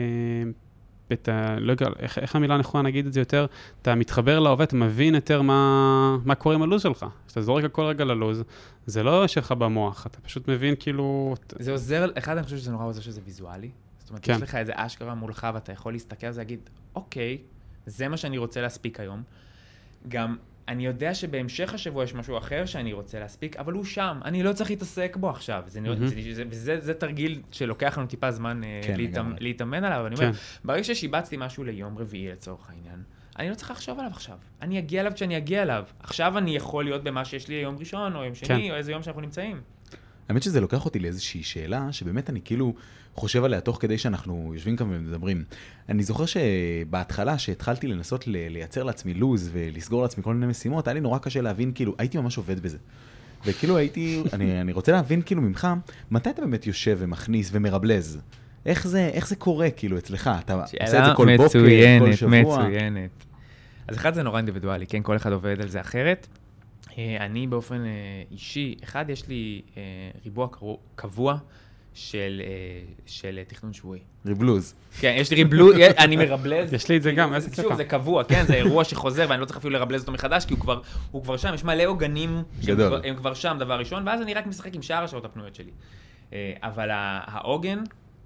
את ה... לא יודע, איך, איך המילה נכונה נגיד את זה יותר, אתה מתחבר לעובד, אתה מבין יותר מה, מה קורה עם הלוז שלך. כשאתה זורק כל רגע ללוז, זה לא יש לך במוח, אתה פשוט מבין כאילו... זה עוזר, אחד אני חושב שזה נורא עוזר שזה ויזואלי. זאת אומרת, כן. יש לך איזה אשכרה מולך, ואתה יכול להסתכל ולהגיד, להגיד, אוקיי, זה מה שאני רוצה להספיק היום. גם אני יודע שבהמשך השבוע יש משהו אחר שאני רוצה להספיק, אבל הוא שם, אני לא צריך להתעסק בו עכשיו. זה, mm-hmm. זה, זה, זה, זה תרגיל שלוקח לנו טיפה זמן כן, להתאמ, להתאמן עליו, אבל אני אומר, כן. ברגע ששיבצתי משהו ליום רביעי לצורך העניין, אני לא צריך לחשוב עליו עכשיו. אני אגיע אליו כשאני אגיע אליו. עכשיו אני יכול להיות במה שיש לי יום ראשון, או יום שני, כן. או איזה יום שאנחנו נמצאים. האמת שזה לוקח אותי לאיזושהי שאלה, שבאמת אני כאילו חושב עליה תוך כדי שאנחנו יושבים כאן ומדברים. אני זוכר שבהתחלה, שהתחלתי לנסות לייצר לעצמי לוז ולסגור לעצמי כל מיני משימות, היה לי נורא קשה להבין, כאילו, הייתי ממש עובד בזה. וכאילו הייתי, אני, אני רוצה להבין כאילו ממך, מתי אתה באמת יושב ומכניס ומרבלז? איך זה, איך זה קורה כאילו אצלך? אתה עושה את זה כל בוקר, כל שבוע? מצוינת. אז אחד זה נורא אינדיבידואלי, כן? כל אחד עובד על זה אחרת. אני באופן אישי, אחד, יש לי ריבוע קבוע של, של תכנון שבועי. ריבלוז. כן, יש לי ריבלוז, אני מרבלז. יש לי את זה גם, איזה קטע. שוב, זה קבוע, כן? זה אירוע שחוזר, ואני לא צריך אפילו לרבלז אותו מחדש, כי הוא כבר, הוא כבר שם, יש מלא עוגנים שהם כבר שם, דבר ראשון, ואז אני רק משחק עם שאר השעות הפנויות שלי. אבל העוגן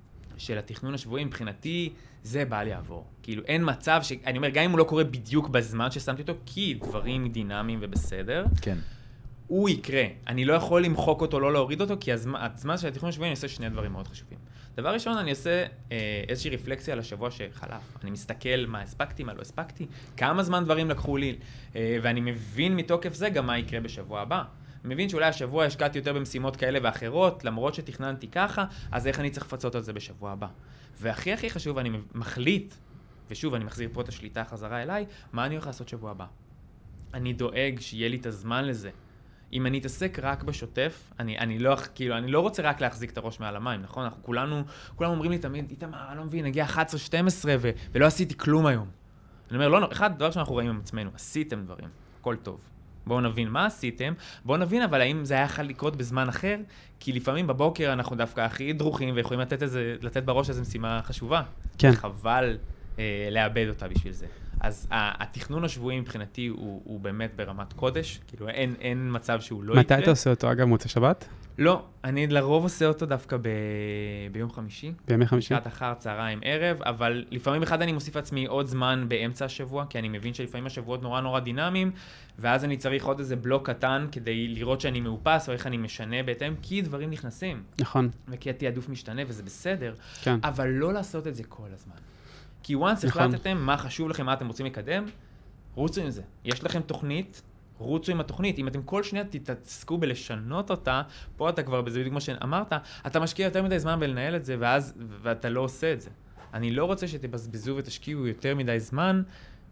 של התכנון השבועי, מבחינתי, זה בא לעבור. כאילו, אין מצב ש... אני אומר, גם אם הוא לא קורה בדיוק בזמן ששמתי אותו, כי דברים דינמיים ובסדר, כן. הוא יקרה. אני לא יכול למחוק אותו, לא להוריד אותו, כי הזמן, הזמן של התכנון השבועי אני עושה שני דברים מאוד חשובים. דבר ראשון, אני עושה אה, איזושהי רפלקסיה על השבוע שחלף. אני מסתכל מה הספקתי, מה לא הספקתי, כמה זמן דברים לקחו לי, אה, ואני מבין מתוקף זה גם מה יקרה בשבוע הבא. אני מבין שאולי השבוע השקעתי יותר במשימות כאלה ואחרות, למרות שתכננתי ככה, אז איך אני צריך לפצות על זה בשבוע הבא. והכי הכי חשוב, אני מחליט, ושוב, אני מחזיר פה את השליטה חזרה אליי, מה אני הולך לעשות שבוע הבא. אני דואג שיהיה לי את הזמן לזה. אם אני אתעסק רק בשוטף, אני, אני לא, כאילו, אני לא רוצה רק להחזיק את הראש מעל המים, נכון? אנחנו כולנו, כולם אומרים לי תמיד, איתמר, אני לא מבין, נגיע אחת עשרה שתים עשרה ו- ולא עשיתי כלום היום. אני אומר, לא, אחד, דבר שאנחנו רואים עם עצמנו, עשיתם דברים, הכל טוב. בואו נבין מה עשיתם, בואו נבין אבל האם זה היה יכול לקרות בזמן אחר, כי לפעמים בבוקר אנחנו דווקא הכי דרוכים ויכולים לתת, איזה, לתת בראש איזו משימה חשובה. כן. חבל אה, לאבד אותה בשביל זה. אז התכנון השבועי מבחינתי הוא, הוא באמת ברמת קודש, כאילו אין, אין מצב שהוא לא יקרה. מתי אתה עושה אותו, אגב, מוצא שבת? לא, אני לרוב עושה אותו דווקא ב... ביום חמישי. בימי חמישי? בשעת אחר, צהריים, ערב, אבל לפעמים אחד אני מוסיף לעצמי עוד זמן באמצע השבוע, כי אני מבין שלפעמים השבועות נורא נורא דינמיים, ואז אני צריך עוד איזה בלוק קטן כדי לראות שאני מאופס, או איך אני משנה בהתאם, כי דברים נכנסים. נכון. וכי התיעדוף משתנה, וזה בסדר. כן. אבל לא לעשות את זה כל הזמן. כי once החלטתם מה חשוב לכם, מה אתם רוצים לקדם, רוצו עם זה. יש לכם תוכנית, רוצו עם התוכנית. אם אתם כל שניה תתעסקו בלשנות אותה, פה אתה כבר, בזה בדיוק כמו שאמרת, אתה משקיע יותר מדי זמן בלנהל את זה, ואז, ואתה לא עושה את זה. אני לא רוצה שתבזבזו ותשקיעו יותר מדי זמן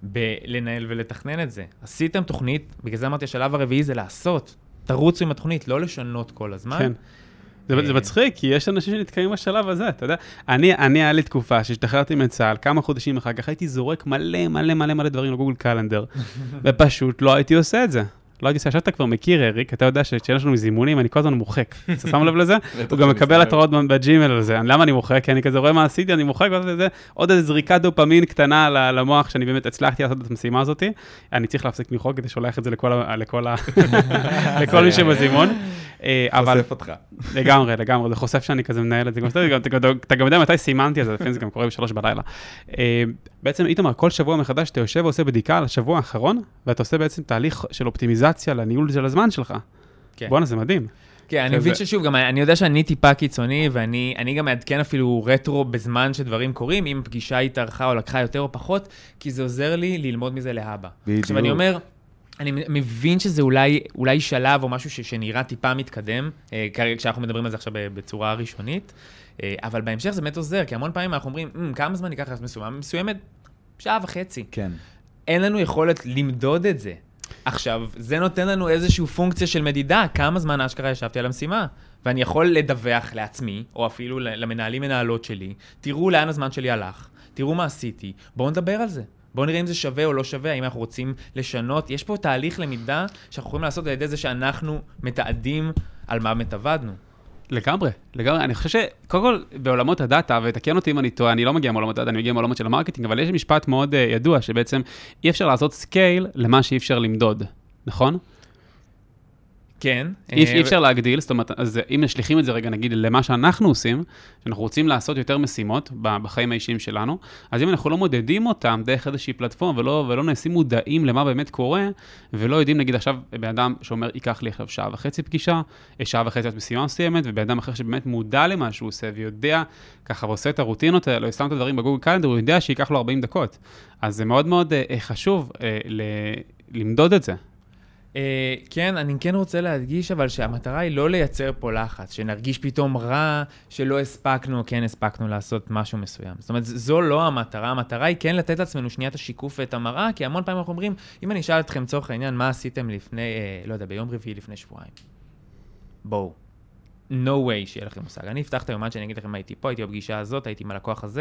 בלנהל ולתכנן את זה. עשיתם תוכנית, בגלל זה אמרתי, השלב הרביעי זה לעשות. תרוצו עם התוכנית, לא לשנות כל הזמן. כן. זה, זה מצחיק, כי יש אנשים שנתקעים בשלב הזה, אתה יודע. אני, אני היה לי תקופה שהשתחררתי מצה"ל, כמה חודשים אחר כך הייתי זורק מלא מלא מלא מלא דברים לגוגל קלנדר, ופשוט לא הייתי עושה את זה. לא הייתי עושה, עכשיו אתה כבר מכיר, אריק, אתה יודע שיש לנו זימונים, אני כל הזמן מוחק. אתה שם לב לזה? הוא גם מקבל התראות בג'ימל על זה. למה אני מוחק? כי אני כזה רואה מה עשיתי, אני מוחק, עוד איזו זריקת דופמין קטנה למוח, שאני באמת הצלחתי לעשות את המשימה הזאת. אני צריך להפסיק מחוק כדי שולח את זה לכל מי שבזימון. חושף אותך. לגמרי, לגמרי, זה חושף שאני כזה מנהל את זה. אתה גם יודע מתי סימנתי את זה, לפעמים זה גם קורה בשלוש בלילה. בעצם, איתמר, כל שבוע מחדש אתה יושב ועושה בדיקה על השבוע האחרון, ואתה עושה בעצם תהליך של אופטימיזציה לניהול של הזמן שלך. בואנה, זה מדהים. כן, אני מבין ששוב, גם אני יודע שאני טיפה קיצוני, ואני גם מעדכן אפילו רטרו בזמן שדברים קורים, אם פגישה התארכה או לקחה יותר או פחות, כי זה עוזר לי ללמוד מזה להבא. עכשיו, אני אומר, אני מבין שזה אולי, אולי שלב או משהו שנראה טיפה מתקדם, כשאנחנו מדברים על זה עכשיו בצורה ראשונית, אבל בהמשך זה באמת עוזר, כי המון פעמים אנחנו אומרים, כמה זמן ניקח לך מסוים? מסוימת, שעה וחצי. כן. אין לנו יכולת למדוד את זה. עכשיו, זה נותן לנו איזושהי פונקציה של מדידה, כמה זמן אשכרה ישבתי על המשימה, ואני יכול לדווח לעצמי, או אפילו למנהלים מנהלות שלי, תראו לאן הזמן שלי הלך, תראו מה עשיתי, בואו נדבר על זה. בואו נראה אם זה שווה או לא שווה, האם אנחנו רוצים לשנות. יש פה תהליך למידה שאנחנו יכולים לעשות על ידי זה שאנחנו מתעדים על מה מתעבדנו. לגמרי, לגמרי. אני חושב שקודם כל בעולמות הדאטה, ותקן אותי אם אני טועה, אני לא מגיע מעולמות הדאטה, אני מגיע מעולמות של המרקטינג, אבל יש משפט מאוד uh, ידוע, שבעצם אי אפשר לעשות סקייל למה שאי אפשר למדוד, נכון? כן. אי אפשר להגדיל, זאת אומרת, אז אם משליכים את זה רגע, נגיד, למה שאנחנו עושים, שאנחנו רוצים לעשות יותר משימות בחיים האישיים שלנו, אז אם אנחנו לא מודדים אותם דרך איזושהי פלטפורמה, ולא, ולא נעשים מודעים למה באמת קורה, ולא יודעים, נגיד, עכשיו, באדם שאומר, ייקח לי עכשיו שעה וחצי פגישה, שעה וחצי משימה מסוימת, ובאדם אחר שבאמת מודע למה שהוא עושה, ויודע, ככה, ועושה את הרוטינות האלה, או שם את הדברים בגוגל קלנדר, הוא יודע שייקח לו ארבעים דקות. אז זה מאוד מאוד חשוב למדוד את זה. כן, אני כן רוצה להדגיש, אבל שהמטרה היא לא לייצר פה לחץ, שנרגיש פתאום רע, שלא הספקנו, כן הספקנו לעשות משהו מסוים. זאת אומרת, זו לא המטרה, המטרה היא כן לתת לעצמנו שנייה את השיקוף ואת המראה, כי המון פעמים אנחנו אומרים, אם אני אשאל אתכם צורך העניין, מה עשיתם לפני, לא יודע, ביום רביעי לפני שבועיים? בואו. no way שיהיה לכם מושג. אני אפתח את היומן שאני אגיד לכם, הייתי פה, הייתי בפגישה הזאת, הייתי עם הלקוח הזה.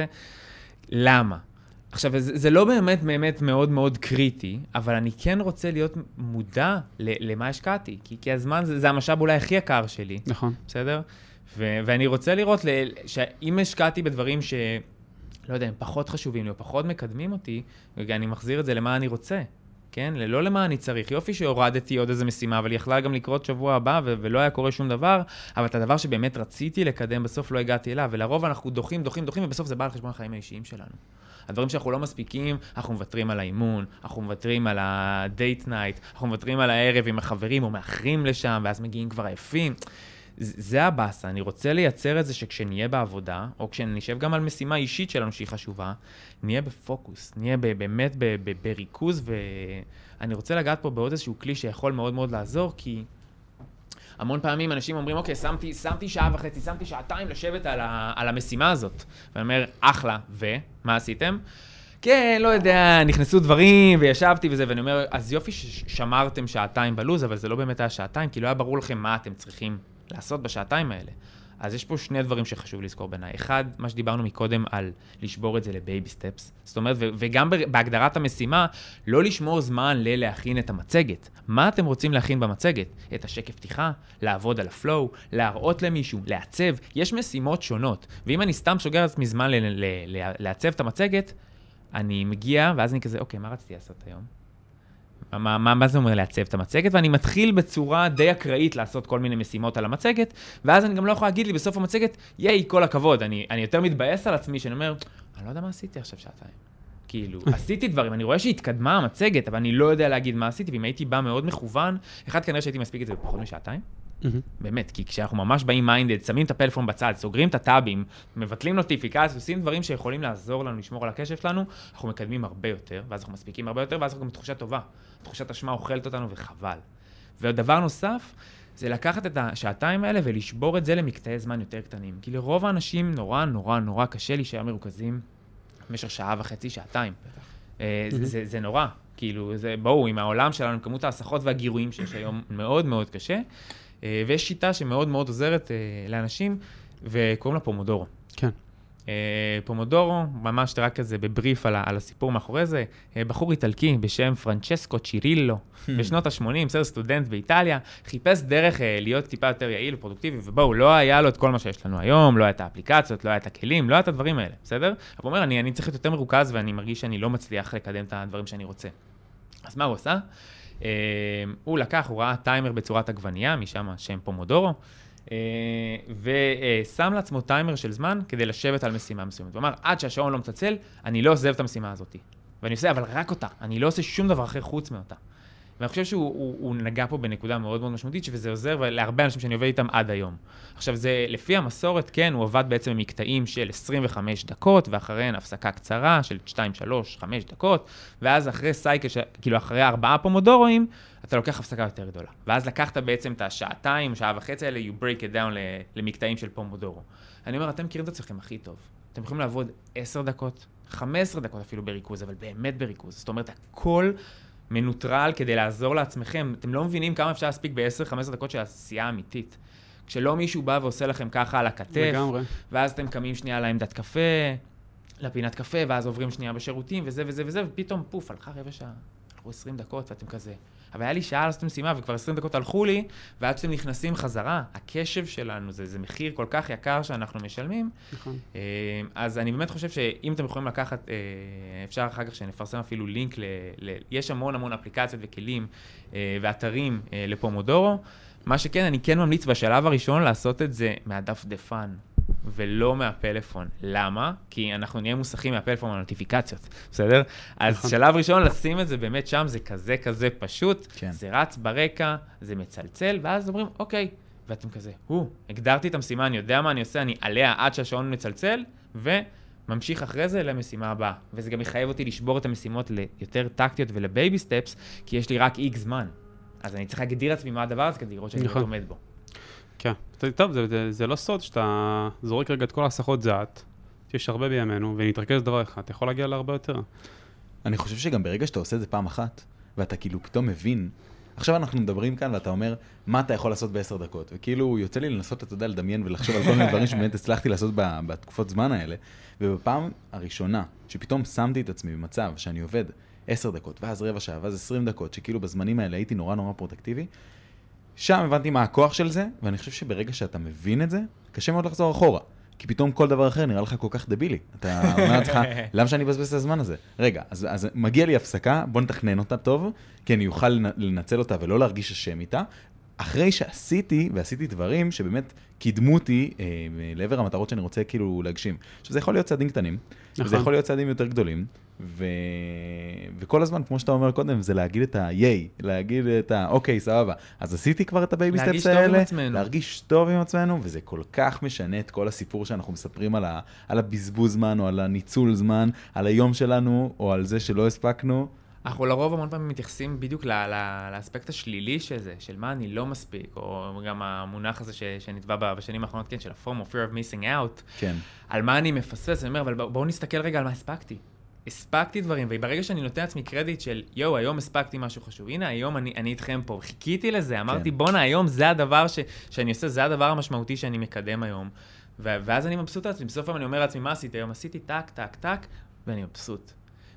למה? עכשיו, זה, זה לא באמת באמת מאוד מאוד קריטי, אבל אני כן רוצה להיות מודע ל, למה השקעתי, כי, כי הזמן זה, זה המשאב אולי הכי יקר שלי. נכון. בסדר? ו, ואני רוצה לראות ל, שאם השקעתי בדברים ש... לא יודע, הם פחות חשובים לי או פחות מקדמים אותי, אני מחזיר את זה למה אני רוצה, כן? לא למה אני צריך. יופי שהורדתי עוד איזה משימה, אבל היא יכלה גם לקרות שבוע הבא, ו- ולא היה קורה שום דבר, אבל את הדבר שבאמת רציתי לקדם, בסוף לא הגעתי אליו, ולרוב אנחנו דוחים, דוחים, דוחים, ובסוף זה בא על חשבון החיים האישיים שלנו. הדברים שאנחנו לא מספיקים, אנחנו מוותרים על האימון, אנחנו מוותרים על הדייט נייט, אנחנו מוותרים על הערב עם החברים, או מאחרים לשם, ואז מגיעים כבר עייפים. זה הבאסה, אני רוצה לייצר את זה שכשנהיה בעבודה, או כשנשב גם על משימה אישית שלנו שהיא חשובה, נהיה בפוקוס, נהיה באמת בריכוז, ואני רוצה לגעת פה בעוד איזשהו כלי שיכול מאוד מאוד לעזור, כי המון פעמים אנשים אומרים, אוקיי, שמתי, שמתי שעה וחצי, שמתי שעתיים לשבת על, ה, על המשימה הזאת. ואני אומר, אחלה, ומה עשיתם? כן, לא יודע, נכנסו דברים וישבתי וזה, ואני אומר, אז יופי ששמרתם שעתיים בלוז, אבל זה לא באמת היה שעתיים, כי לא היה ברור לכם מה אתם צריכים לעשות בשעתיים האלה. אז יש פה שני דברים שחשוב לזכור בעיניי. אחד, מה שדיברנו מקודם על לשבור את זה לבייבי סטפס. זאת אומרת, ו- וגם בהגדרת המשימה, לא לשמור זמן ללהכין את המצגת. מה אתם רוצים להכין במצגת? את השקף פתיחה, לעבוד על הפלואו, להראות למישהו, לעצב. יש משימות שונות. ואם אני סתם שוגר עצמי זמן ל- ל- ל- לעצב את המצגת, אני מגיע, ואז אני כזה, אוקיי, מה רציתי לעשות היום? מה, מה, מה זה אומר לעצב את המצגת? ואני מתחיל בצורה די אקראית לעשות כל מיני משימות על המצגת, ואז אני גם לא יכול להגיד לי בסוף המצגת, ייי, כל הכבוד. אני, אני יותר מתבאס על עצמי, שאני אומר, אני לא יודע מה עשיתי עכשיו שעתיים. כאילו, עשיתי דברים, אני רואה שהתקדמה המצגת, אבל אני לא יודע להגיד מה עשיתי, ואם הייתי בא מאוד מכוון, אחד כנראה שהייתי מספיק את זה בפחות משעתיים. באמת, כי כשאנחנו ממש באים מיינדד, שמים את הפלאפון בצד, סוגרים את הטאבים, מבטלים נוטיפיקציות, עושים דברים שיכולים לעזור לנו, לשמור על הקשב שלנו, אנחנו מקדמים הרבה יותר, ואז אנחנו מספיקים הרבה יותר, ואז אנחנו גם תחושה טובה. תחושת אשמה אוכלת אותנו וחבל. ודבר נוסף, זה לקחת את השעתיים האלה ולשבור את זה למקטעי זמן יותר קטנים. כי לרוב האנשים נורא נורא נורא קשה להישאר מרוכזים במשך שעה וחצי, שעתיים. זה, זה, זה נורא. כאילו, זה, בואו, עם העולם שלנו, כמות ההסחות והגירויים שיש היום מאוד מאוד קשה, ויש שיטה שמאוד מאוד עוזרת לאנשים, וקוראים לה פומודורו. כן. פומודורו, ממש רק כזה בבריף על, על הסיפור מאחורי זה, בחור איטלקי בשם פרנצ'סקו צ'ירילו, בשנות ה-שמונים, בסדר, סטודנט באיטליה, חיפש דרך להיות טיפה יותר יעיל ופרודוקטיבי, ובואו, לא היה לו את כל מה שיש לנו היום, לא היה את האפליקציות, לא היה את הכלים, לא היה את הדברים האלה, בסדר? אבל הוא אומר, אני, אני צריך להיות יותר מרוכז, ואני מרגיש שאני לא מצליח לקדם את הדברים שאני רוצה. אז מה הוא עשה? Uh, הוא לקח, הוא ראה טיימר בצורת עגבנייה, משם השם פומודורו, uh, ושם לעצמו טיימר של זמן כדי לשבת על משימה מסוימת. הוא אמר, עד שהשעון לא מצלצל, אני לא עוזב את המשימה הזאת. ואני עושה, אבל רק אותה. אני לא עושה שום דבר אחר חוץ מאותה. ואני חושב שהוא הוא, הוא נגע פה בנקודה מאוד מאוד משמעותית, שזה עוזר להרבה אנשים שאני עובד איתם עד היום. עכשיו, זה לפי המסורת, כן, הוא עבד בעצם במקטעים של עשרים וחמש דקות, ואחריהן הפסקה קצרה של שתיים, שלוש, חמש דקות, ואז אחרי סייקל, כאילו אחרי ארבעה פומודורואים, אתה לוקח הפסקה יותר גדולה. ואז לקחת בעצם את השעתיים, שעה וחצי האלה, you break it down למקטעים של פומודורו. אני אומר, אתם מכירים את עצמכם הכי טוב. אתם יכולים לעבוד עשר דקות, חמש עשרה דקות אפילו בריכוז, אבל באמת בריכוז. זאת אומרת, הכל מנוטרל כדי לעזור לעצמכם. אתם לא מבינים כמה אפשר להספיק ב-עשר חמש עשרה דקות של עשייה אמיתית. כשלא מישהו בא ועושה לכם ככה על הכתף, לגמרי. ואז אתם קמים שנייה לעמדת קפה, לפינת קפה, ואז עוברים שנייה בשירותים, וזה וזה וזה, ופתאום פוף, הלכה רבע שעה, הלכו עשרים דקות, ואתם כזה. אבל היה לי שעה לעשות משימה, וכבר עשרים דקות הלכו לי, ועד שאתם נכנסים חזרה, הקשב שלנו, זה, זה מחיר כל כך יקר שאנחנו משלמים. נכון. אז אני באמת חושב שאם אתם יכולים לקחת, אפשר אחר כך שנפרסם אפילו לינק, ל, ל, יש המון המון אפליקציות וכלים ואתרים לפומודורו, מה שכן, אני כן ממליץ בשלב הראשון לעשות את זה מהדף דפן, ולא מהפלאפון. למה? כי אנחנו נהיה מוסכים מהפלאפון מהנוטיפיקציות, בסדר? אז שלב ראשון לשים את זה באמת שם, זה כזה כזה פשוט, כן. זה רץ ברקע, זה מצלצל, ואז אומרים, אוקיי, ואתם כזה, הו, הגדרתי את המשימה, אני יודע מה אני עושה, אני עליה עד שהשעון מצלצל, וממשיך אחרי זה למשימה הבאה. וזה גם יחייב אותי לשבור את המשימות ליותר טקטיות ולבייבי סטפס, כי יש לי רק איקס זמן. אז אני צריך להגדיר עצמי מה הדבר הזה, כדי לראות שאני לא עומד בו. כן, טוב, זה, זה, זה לא סוד שאתה זורק רגע את כל ההסחות זעת, שיש הרבה בימינו, ונתרכז דבר אחד, אתה יכול להגיע להרבה יותר. אני חושב שגם ברגע שאתה עושה את זה פעם אחת, ואתה כאילו פתאום מבין, עכשיו אנחנו מדברים כאן ואתה אומר, מה אתה יכול לעשות בעשר דקות? וכאילו יוצא לי לנסות, אתה יודע, לדמיין ולחשוב על כל מיני דברים שבאמת הצלחתי לעשות בתקופות זמן האלה, ובפעם הראשונה, שפתאום שמתי את עצמי במצב שאני עובד עשר דקות, ואז רבע שעה, ואז עשרים דקות, שכאילו בזמנים האלה הייתי נורא נורא פרודקטיבי, שם הבנתי מה הכוח של זה, ואני חושב שברגע שאתה מבין את זה, קשה מאוד לחזור אחורה. כי פתאום כל דבר אחר נראה לך כל כך דבילי. אתה אומר לך, למה שאני אבזבז את הזמן הזה? רגע, אז, אז מגיע לי הפסקה, בוא נתכנן אותה טוב, כי אני אוכל לנצל אותה ולא להרגיש אשם איתה, אחרי שעשיתי, ועשיתי דברים שבאמת קידמו אותי אה, לעבר המטרות שאני רוצה כאילו להגשים. עכשיו, זה יכול להיות צעדים קטנים, נכון. וזה יכול להיות צעדים יותר גדולים, ו... וכל הזמן, כמו שאתה אומר קודם, זה להגיד את ה-יי, להגיד את ה... אוקיי, סבבה. אז עשיתי כבר את הבייבי סטפס האלה, להרגיש טוב עם עצמנו, וזה כל כך משנה את כל הסיפור שאנחנו מספרים על, ה... על הבזבוז זמן, או על הניצול זמן, על היום שלנו, או על זה שלא הספקנו. אנחנו לרוב המון פעמים מתייחסים בדיוק לאספקט השלילי של זה, של מה אני לא מספיק, או גם המונח הזה שנתבע בשנים האחרונות, כן, של ה-פומו, fear of missing out, כן. על מה אני מפספס, אני אומר, אבל בואו נסתכל רגע על מה הספקתי. הספקתי דברים, וברגע שאני נותן לעצמי קרדיט של, יו, היום הספקתי משהו חשוב, הנה, היום אני, אני איתכם פה, חיכיתי לזה, אמרתי, כן. בונה, היום זה הדבר ש, שאני עושה, זה הדבר המשמעותי שאני מקדם היום, ו- ואז אני מבסוט לעצמי, בסוף אני אומר לעצמי, מה עשיתי היום? עשיתי טק, טק, טק, ואני מבסוט.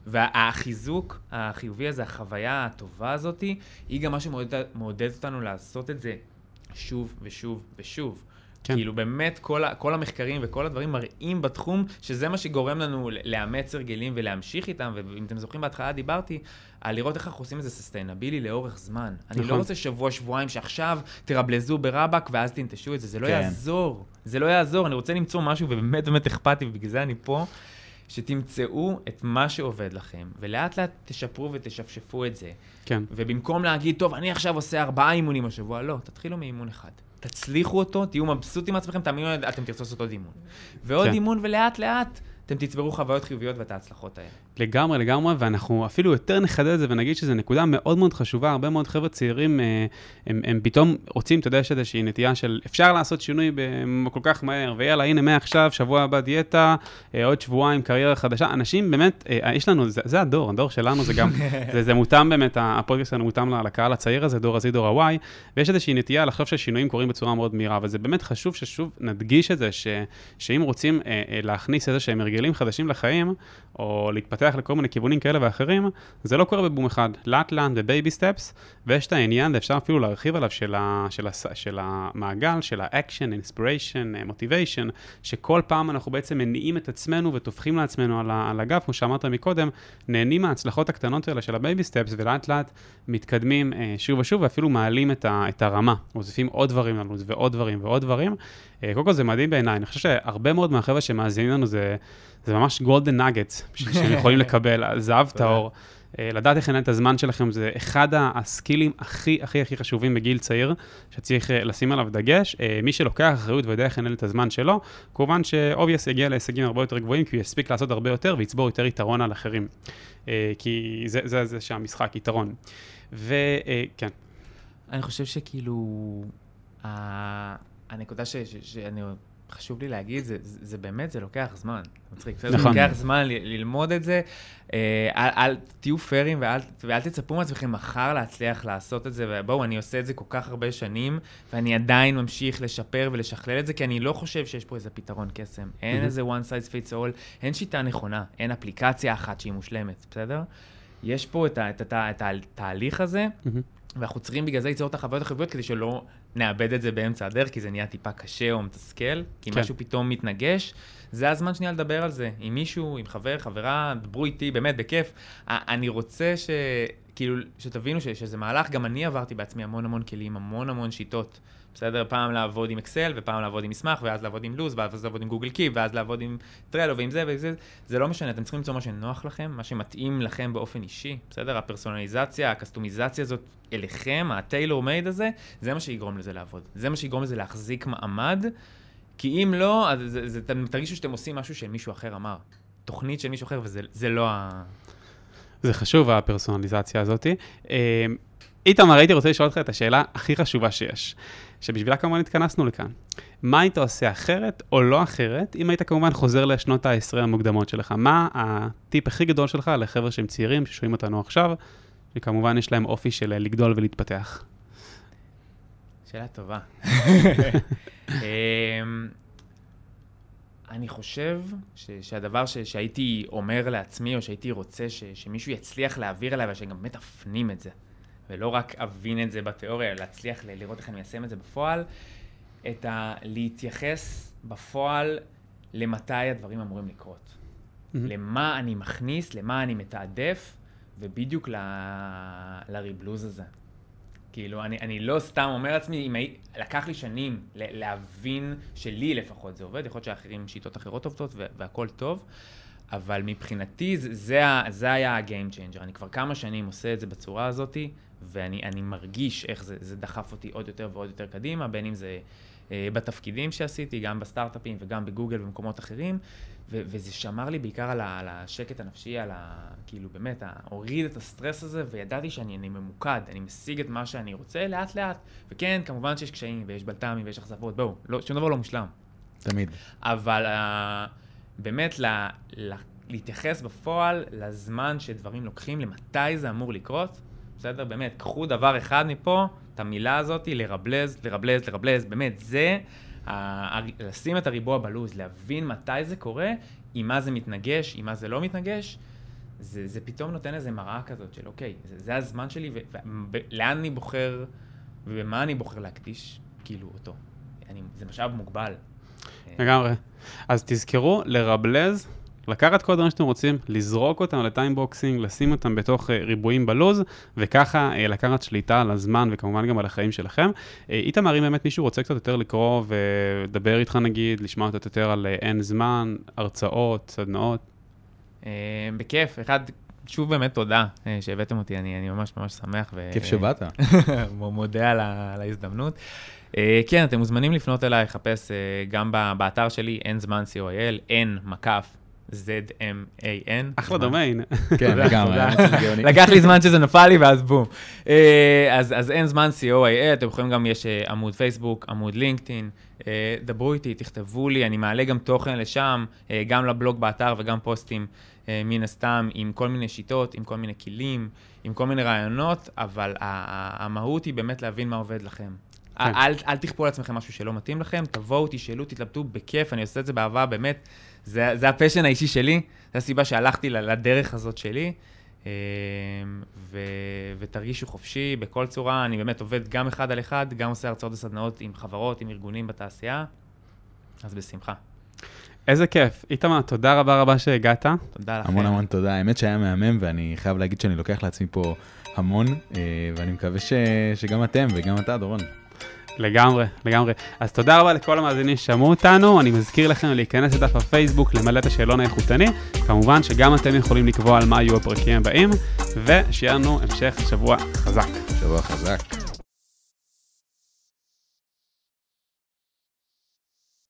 והחיזוק החיובי הזה, החוויה הטובה הזאת, היא גם משהו מעודד, מעודד אותנו לעשות את זה שוב ושוב ושוב. כן. כאילו באמת כל, כל המחקרים וכל הדברים מראים בתחום שזה מה שגורם לנו לאמץ הרגלים ולהמשיך איתם, ואם אתם זוכרים בהתחלה דיברתי על לראות איך אנחנו עושים את זה ססטיינבילי לאורך זמן. אני לא רוצה שבוע, שבועיים שעכשיו תרבלזו ברבק ואז תנטשו את זה, זה לא יעזור. זה לא יעזור, אני רוצה למצוא משהו ובאמת באמת אכפתי ובגלל זה אני פה. שתמצאו את מה שעובד לכם, ולאט לאט תשפרו ותשפשפו את זה. כן. ובמקום להגיד, טוב, אני עכשיו עושה ארבעה אימונים השבוע, לא, תתחילו מאימון אחד. תצליחו אותו, תהיו מבסוטים מעצמכם, תאמינו, אתם תרצו לעשות עוד אימון. ועוד כן. אימון, ולאט לאט אתם תצברו חוויות חיוביות ואת ההצלחות האלה. לגמרי, לגמרי, ואנחנו אפילו יותר נחדד את זה ונגיד שזו נקודה מאוד מאוד חשובה, הרבה מאוד חבר'ה צעירים, הם, הם פתאום רוצים, אתה יודע, יש איזושהי נטייה של אפשר לעשות שינוי כל כך מהר, ויאללה, הנה מעכשיו, שבוע הבא דיאטה, עוד שבועיים, קריירה חדשה, אנשים באמת, יש לנו, זה, זה הדור, הדור שלנו, זה גם, זה, זה מותאם באמת, הפודקאסט שלנו מותאם לקהל הצעיר הזה, דור הזי, דור ה-Y, ויש איזושהי נטייה לחשוב ששינויים קורים בצורה מאוד מהירה, אבל זה באמת חשוב ששוב נדגיש את זה, ש, שאם רוצים להכניס איזשהם הרגלים חדשים לחיים, או להתפתח לכל מיני כיוונים כאלה ואחרים, זה לא קורה בבום אחד. לאט לאט ובייבי סטפס, ויש את העניין, ואפשר אפילו להרחיב עליו של, ה, של, ה, של המעגל, של האקשן, אינספיריישן, מוטיביישן, שכל פעם אנחנו בעצם מניעים את עצמנו וטופחים לעצמנו על, על הגב, כמו שאמרת מקודם, נהנים מההצלחות הקטנות האלה של הבייבי סטפס, ולאט לאט מתקדמים אה, שוב ושוב, ואפילו מעלים את, ה, את הרמה. מוסיפים עוד דברים לנו, ועוד דברים ועוד דברים. אה, קודם כל זה מדהים בעיניי. אני חושב שהרבה מאוד מהחבר'ה שמאזינים לנו זה זה ממש גולדן נגטס, שהם יכולים לקבל, זהב טהור. לדעת איך לנהל את הזמן שלכם, זה אחד הסקילים הכי הכי הכי חשובים בגיל צעיר, שצריך לשים עליו דגש. מי שלוקח אחריות ויודע איך לנהל את הזמן שלו, כמובן שאובייס יגיע להישגים הרבה יותר גבוהים, כי הוא יספיק לעשות הרבה יותר, ויצבור יותר יתרון על אחרים. כי זה, זה, זה שהמשחק, יתרון. וכן. אני חושב שכאילו, הנקודה ש, ש, שאני... חשוב לי להגיד, זה, זה, זה באמת, זה לוקח זמן. מצחיק, זה לוקח זמן ל, ללמוד את זה. אה, אל, אל תהיו פיירים ואל, ואל תצפו מעצמכם מחר להצליח לעשות את זה, ובואו, אני עושה את זה כל כך הרבה שנים, ואני עדיין ממשיך לשפר ולשכלל את זה, כי אני לא חושב שיש פה איזה פתרון קסם. אין איזה one size fits all, אין שיטה נכונה, אין אפליקציה אחת שהיא מושלמת, בסדר? יש פה את, ה, את, ה, את התהליך הזה, ואנחנו צריכים בגלל זה ליצור את החוויות החיוביות, כדי שלא נאבד את זה באמצע הדרך, כי זה נהיה טיפה קשה או מתסכל, כי כן. משהו פתאום מתנגש, זה הזמן שנייה לדבר על זה, עם מישהו, עם חבר, חברה, דברו איתי, באמת, בכיף. אני רוצה ש... כאילו, שתבינו ש... שזה מהלך, גם אני עברתי בעצמי המון המון כלים, המון המון שיטות. בסדר? פעם לעבוד עם אקסל, ופעם לעבוד עם מסמך, ואז לעבוד עם לוז, ואז לעבוד עם גוגל קיפ, ואז לעבוד עם טרלו, ועם זה וזה. זה לא משנה, אתם צריכים למצוא מה שנוח לכם, מה שמתאים לכם באופן אישי. בסדר? הפרסונליזציה, הקסטומיזציה הזאת אליכם, הטיילור מייד הזה, זה מה שיגרום לזה לעבוד. זה מה שיגרום לזה להחזיק מעמד, כי אם לא, אז זה, זה, אתם תרגישו שאתם עושים משהו של מישהו אחר אמר. תוכנית של מישהו אחר, וזה זה לא ה... זה חשוב, הפרסונליזציה הזאת. איתמר, הייתי רוצה לשאול אותך את השאלה הכי חשובה שיש, שבשבילה כמובן התכנסנו לכאן. מה היית עושה אחרת או לא אחרת, אם היית כמובן חוזר לשנות העשרה המוקדמות שלך? מה הטיפ הכי גדול שלך לחבר'ה שהם צעירים, ששומעים אותנו עכשיו, שכמובן יש להם אופי של לגדול ולהתפתח? שאלה טובה. אני חושב ש, שהדבר ש, שהייתי אומר לעצמי, או שהייתי רוצה ש, שמישהו יצליח להעביר אליי, ושגם באמת אפנים את זה, ולא רק אבין את זה בתיאוריה, להצליח ל- לראות איך אני אעשה את זה בפועל, את ה- להתייחס בפועל למתי הדברים אמורים לקרות. Mm-hmm. למה אני מכניס, למה אני מתעדף, ובדיוק ל- לריבלוז הזה. כאילו, אני, אני לא סתם אומר לעצמי, אם הי... לקח לי שנים להבין שלי לפחות זה עובד, יכול להיות שאחרים שיטות אחרות עובדות והכל טוב, אבל מבחינתי זה, זה, זה היה ה-game changer. אני כבר כמה שנים עושה את זה בצורה הזאת, ואני אני מרגיש איך זה, זה דחף אותי עוד יותר ועוד יותר קדימה, בין אם זה אה, בתפקידים שעשיתי, גם בסטארט-אפים וגם בגוגל ובמקומות אחרים, ו- וזה שמר לי בעיקר על, ה- על השקט הנפשי, על ה... כאילו באמת, הוריד את הסטרס הזה, וידעתי שאני אני ממוקד, אני משיג את מה שאני רוצה לאט לאט, וכן, כמובן שיש קשיים, ויש בלטמים, ויש אכזבות, בואו, לא, שום דבר לא מושלם. תמיד. אבל uh, באמת, לה, לה, להתייחס בפועל לזמן שדברים לוקחים, למתי זה אמור לקרות, בסדר? באמת, קחו דבר אחד מפה, את המילה הזאת, לרבלז, לרבלז, לרבלז, באמת, זה, uh, לשים את הריבוע בלוז, להבין מתי זה קורה, עם מה זה מתנגש, עם מה זה לא מתנגש, זה, זה פתאום נותן איזו מראה כזאת של, אוקיי, זה, זה הזמן שלי, ולאן אני בוחר, ובמה אני בוחר להקדיש, כאילו, אותו. אני, זה משאב מוגבל. לגמרי. אז תזכרו, לרבלז, לקחת כל דברים שאתם רוצים, לזרוק אותם לטיימבוקסינג, לשים אותם בתוך ריבועים בלוז, וככה לקחת שליטה על הזמן, וכמובן גם על החיים שלכם. איתמר, אם באמת מישהו רוצה קצת יותר לקרוא, ולדבר איתך נגיד, לשמוע קצת יותר על אין זמן, הרצאות, סדנאות. בכיף. אחד, שוב באמת תודה שהבאתם אותי, אני, אני ממש ממש שמח. כיף שבאת. מודה על ההזדמנות. כן, אתם מוזמנים לפנות אליי, לחפש גם באתר שלי, אין זמן סי או איי אל, אין מקף, זד אם איי אן. אחלה דומיין. כן, לגמרי. לקח לי זמן שזה נפל לי, ואז בום. אז אין זמן סי או איי אל, אתם יכולים גם, יש עמוד פייסבוק, עמוד לינקדאין, דברו איתי, תכתבו לי, אני מעלה גם תוכן לשם, גם לבלוג באתר וגם פוסטים מן הסתם, עם כל מיני שיטות, עם כל מיני כלים, עם כל מיני רעיונות, אבל המהות היא באמת להבין מה עובד לכם. אל, אל תכפו על עצמכם משהו שלא מתאים לכם, תבואו, תשאלו, תתלבטו בכיף, אני עושה את זה באהבה, באמת, זה, זה הפשן האישי שלי, זה הסיבה שהלכתי לדרך הזאת שלי, ו, ותרגישו חופשי בכל צורה, אני באמת עובד גם אחד על אחד, גם עושה הרצאות וסדנאות עם חברות, עם ארגונים בתעשייה, אז בשמחה. איזה כיף. איתמר, תודה רבה רבה שהגעת. תודה לכם. המון המון תודה. האמת שהיה מהמם, ואני חייב להגיד שאני לוקח לעצמי פה המון, ואני מקווה ש... שגם אתם וגם אתה, דורון. לגמרי, לגמרי. אז תודה רבה לכל המאזינים ששמעו אותנו. אני מזכיר לכם להיכנס לדף הפייסבוק, למלא את השאלון האיכותני. כמובן שגם אתם יכולים לקבוע על מה יהיו הפרקים הבאים, ושיהיה לנו המשך שבוע חזק. שבוע חזק.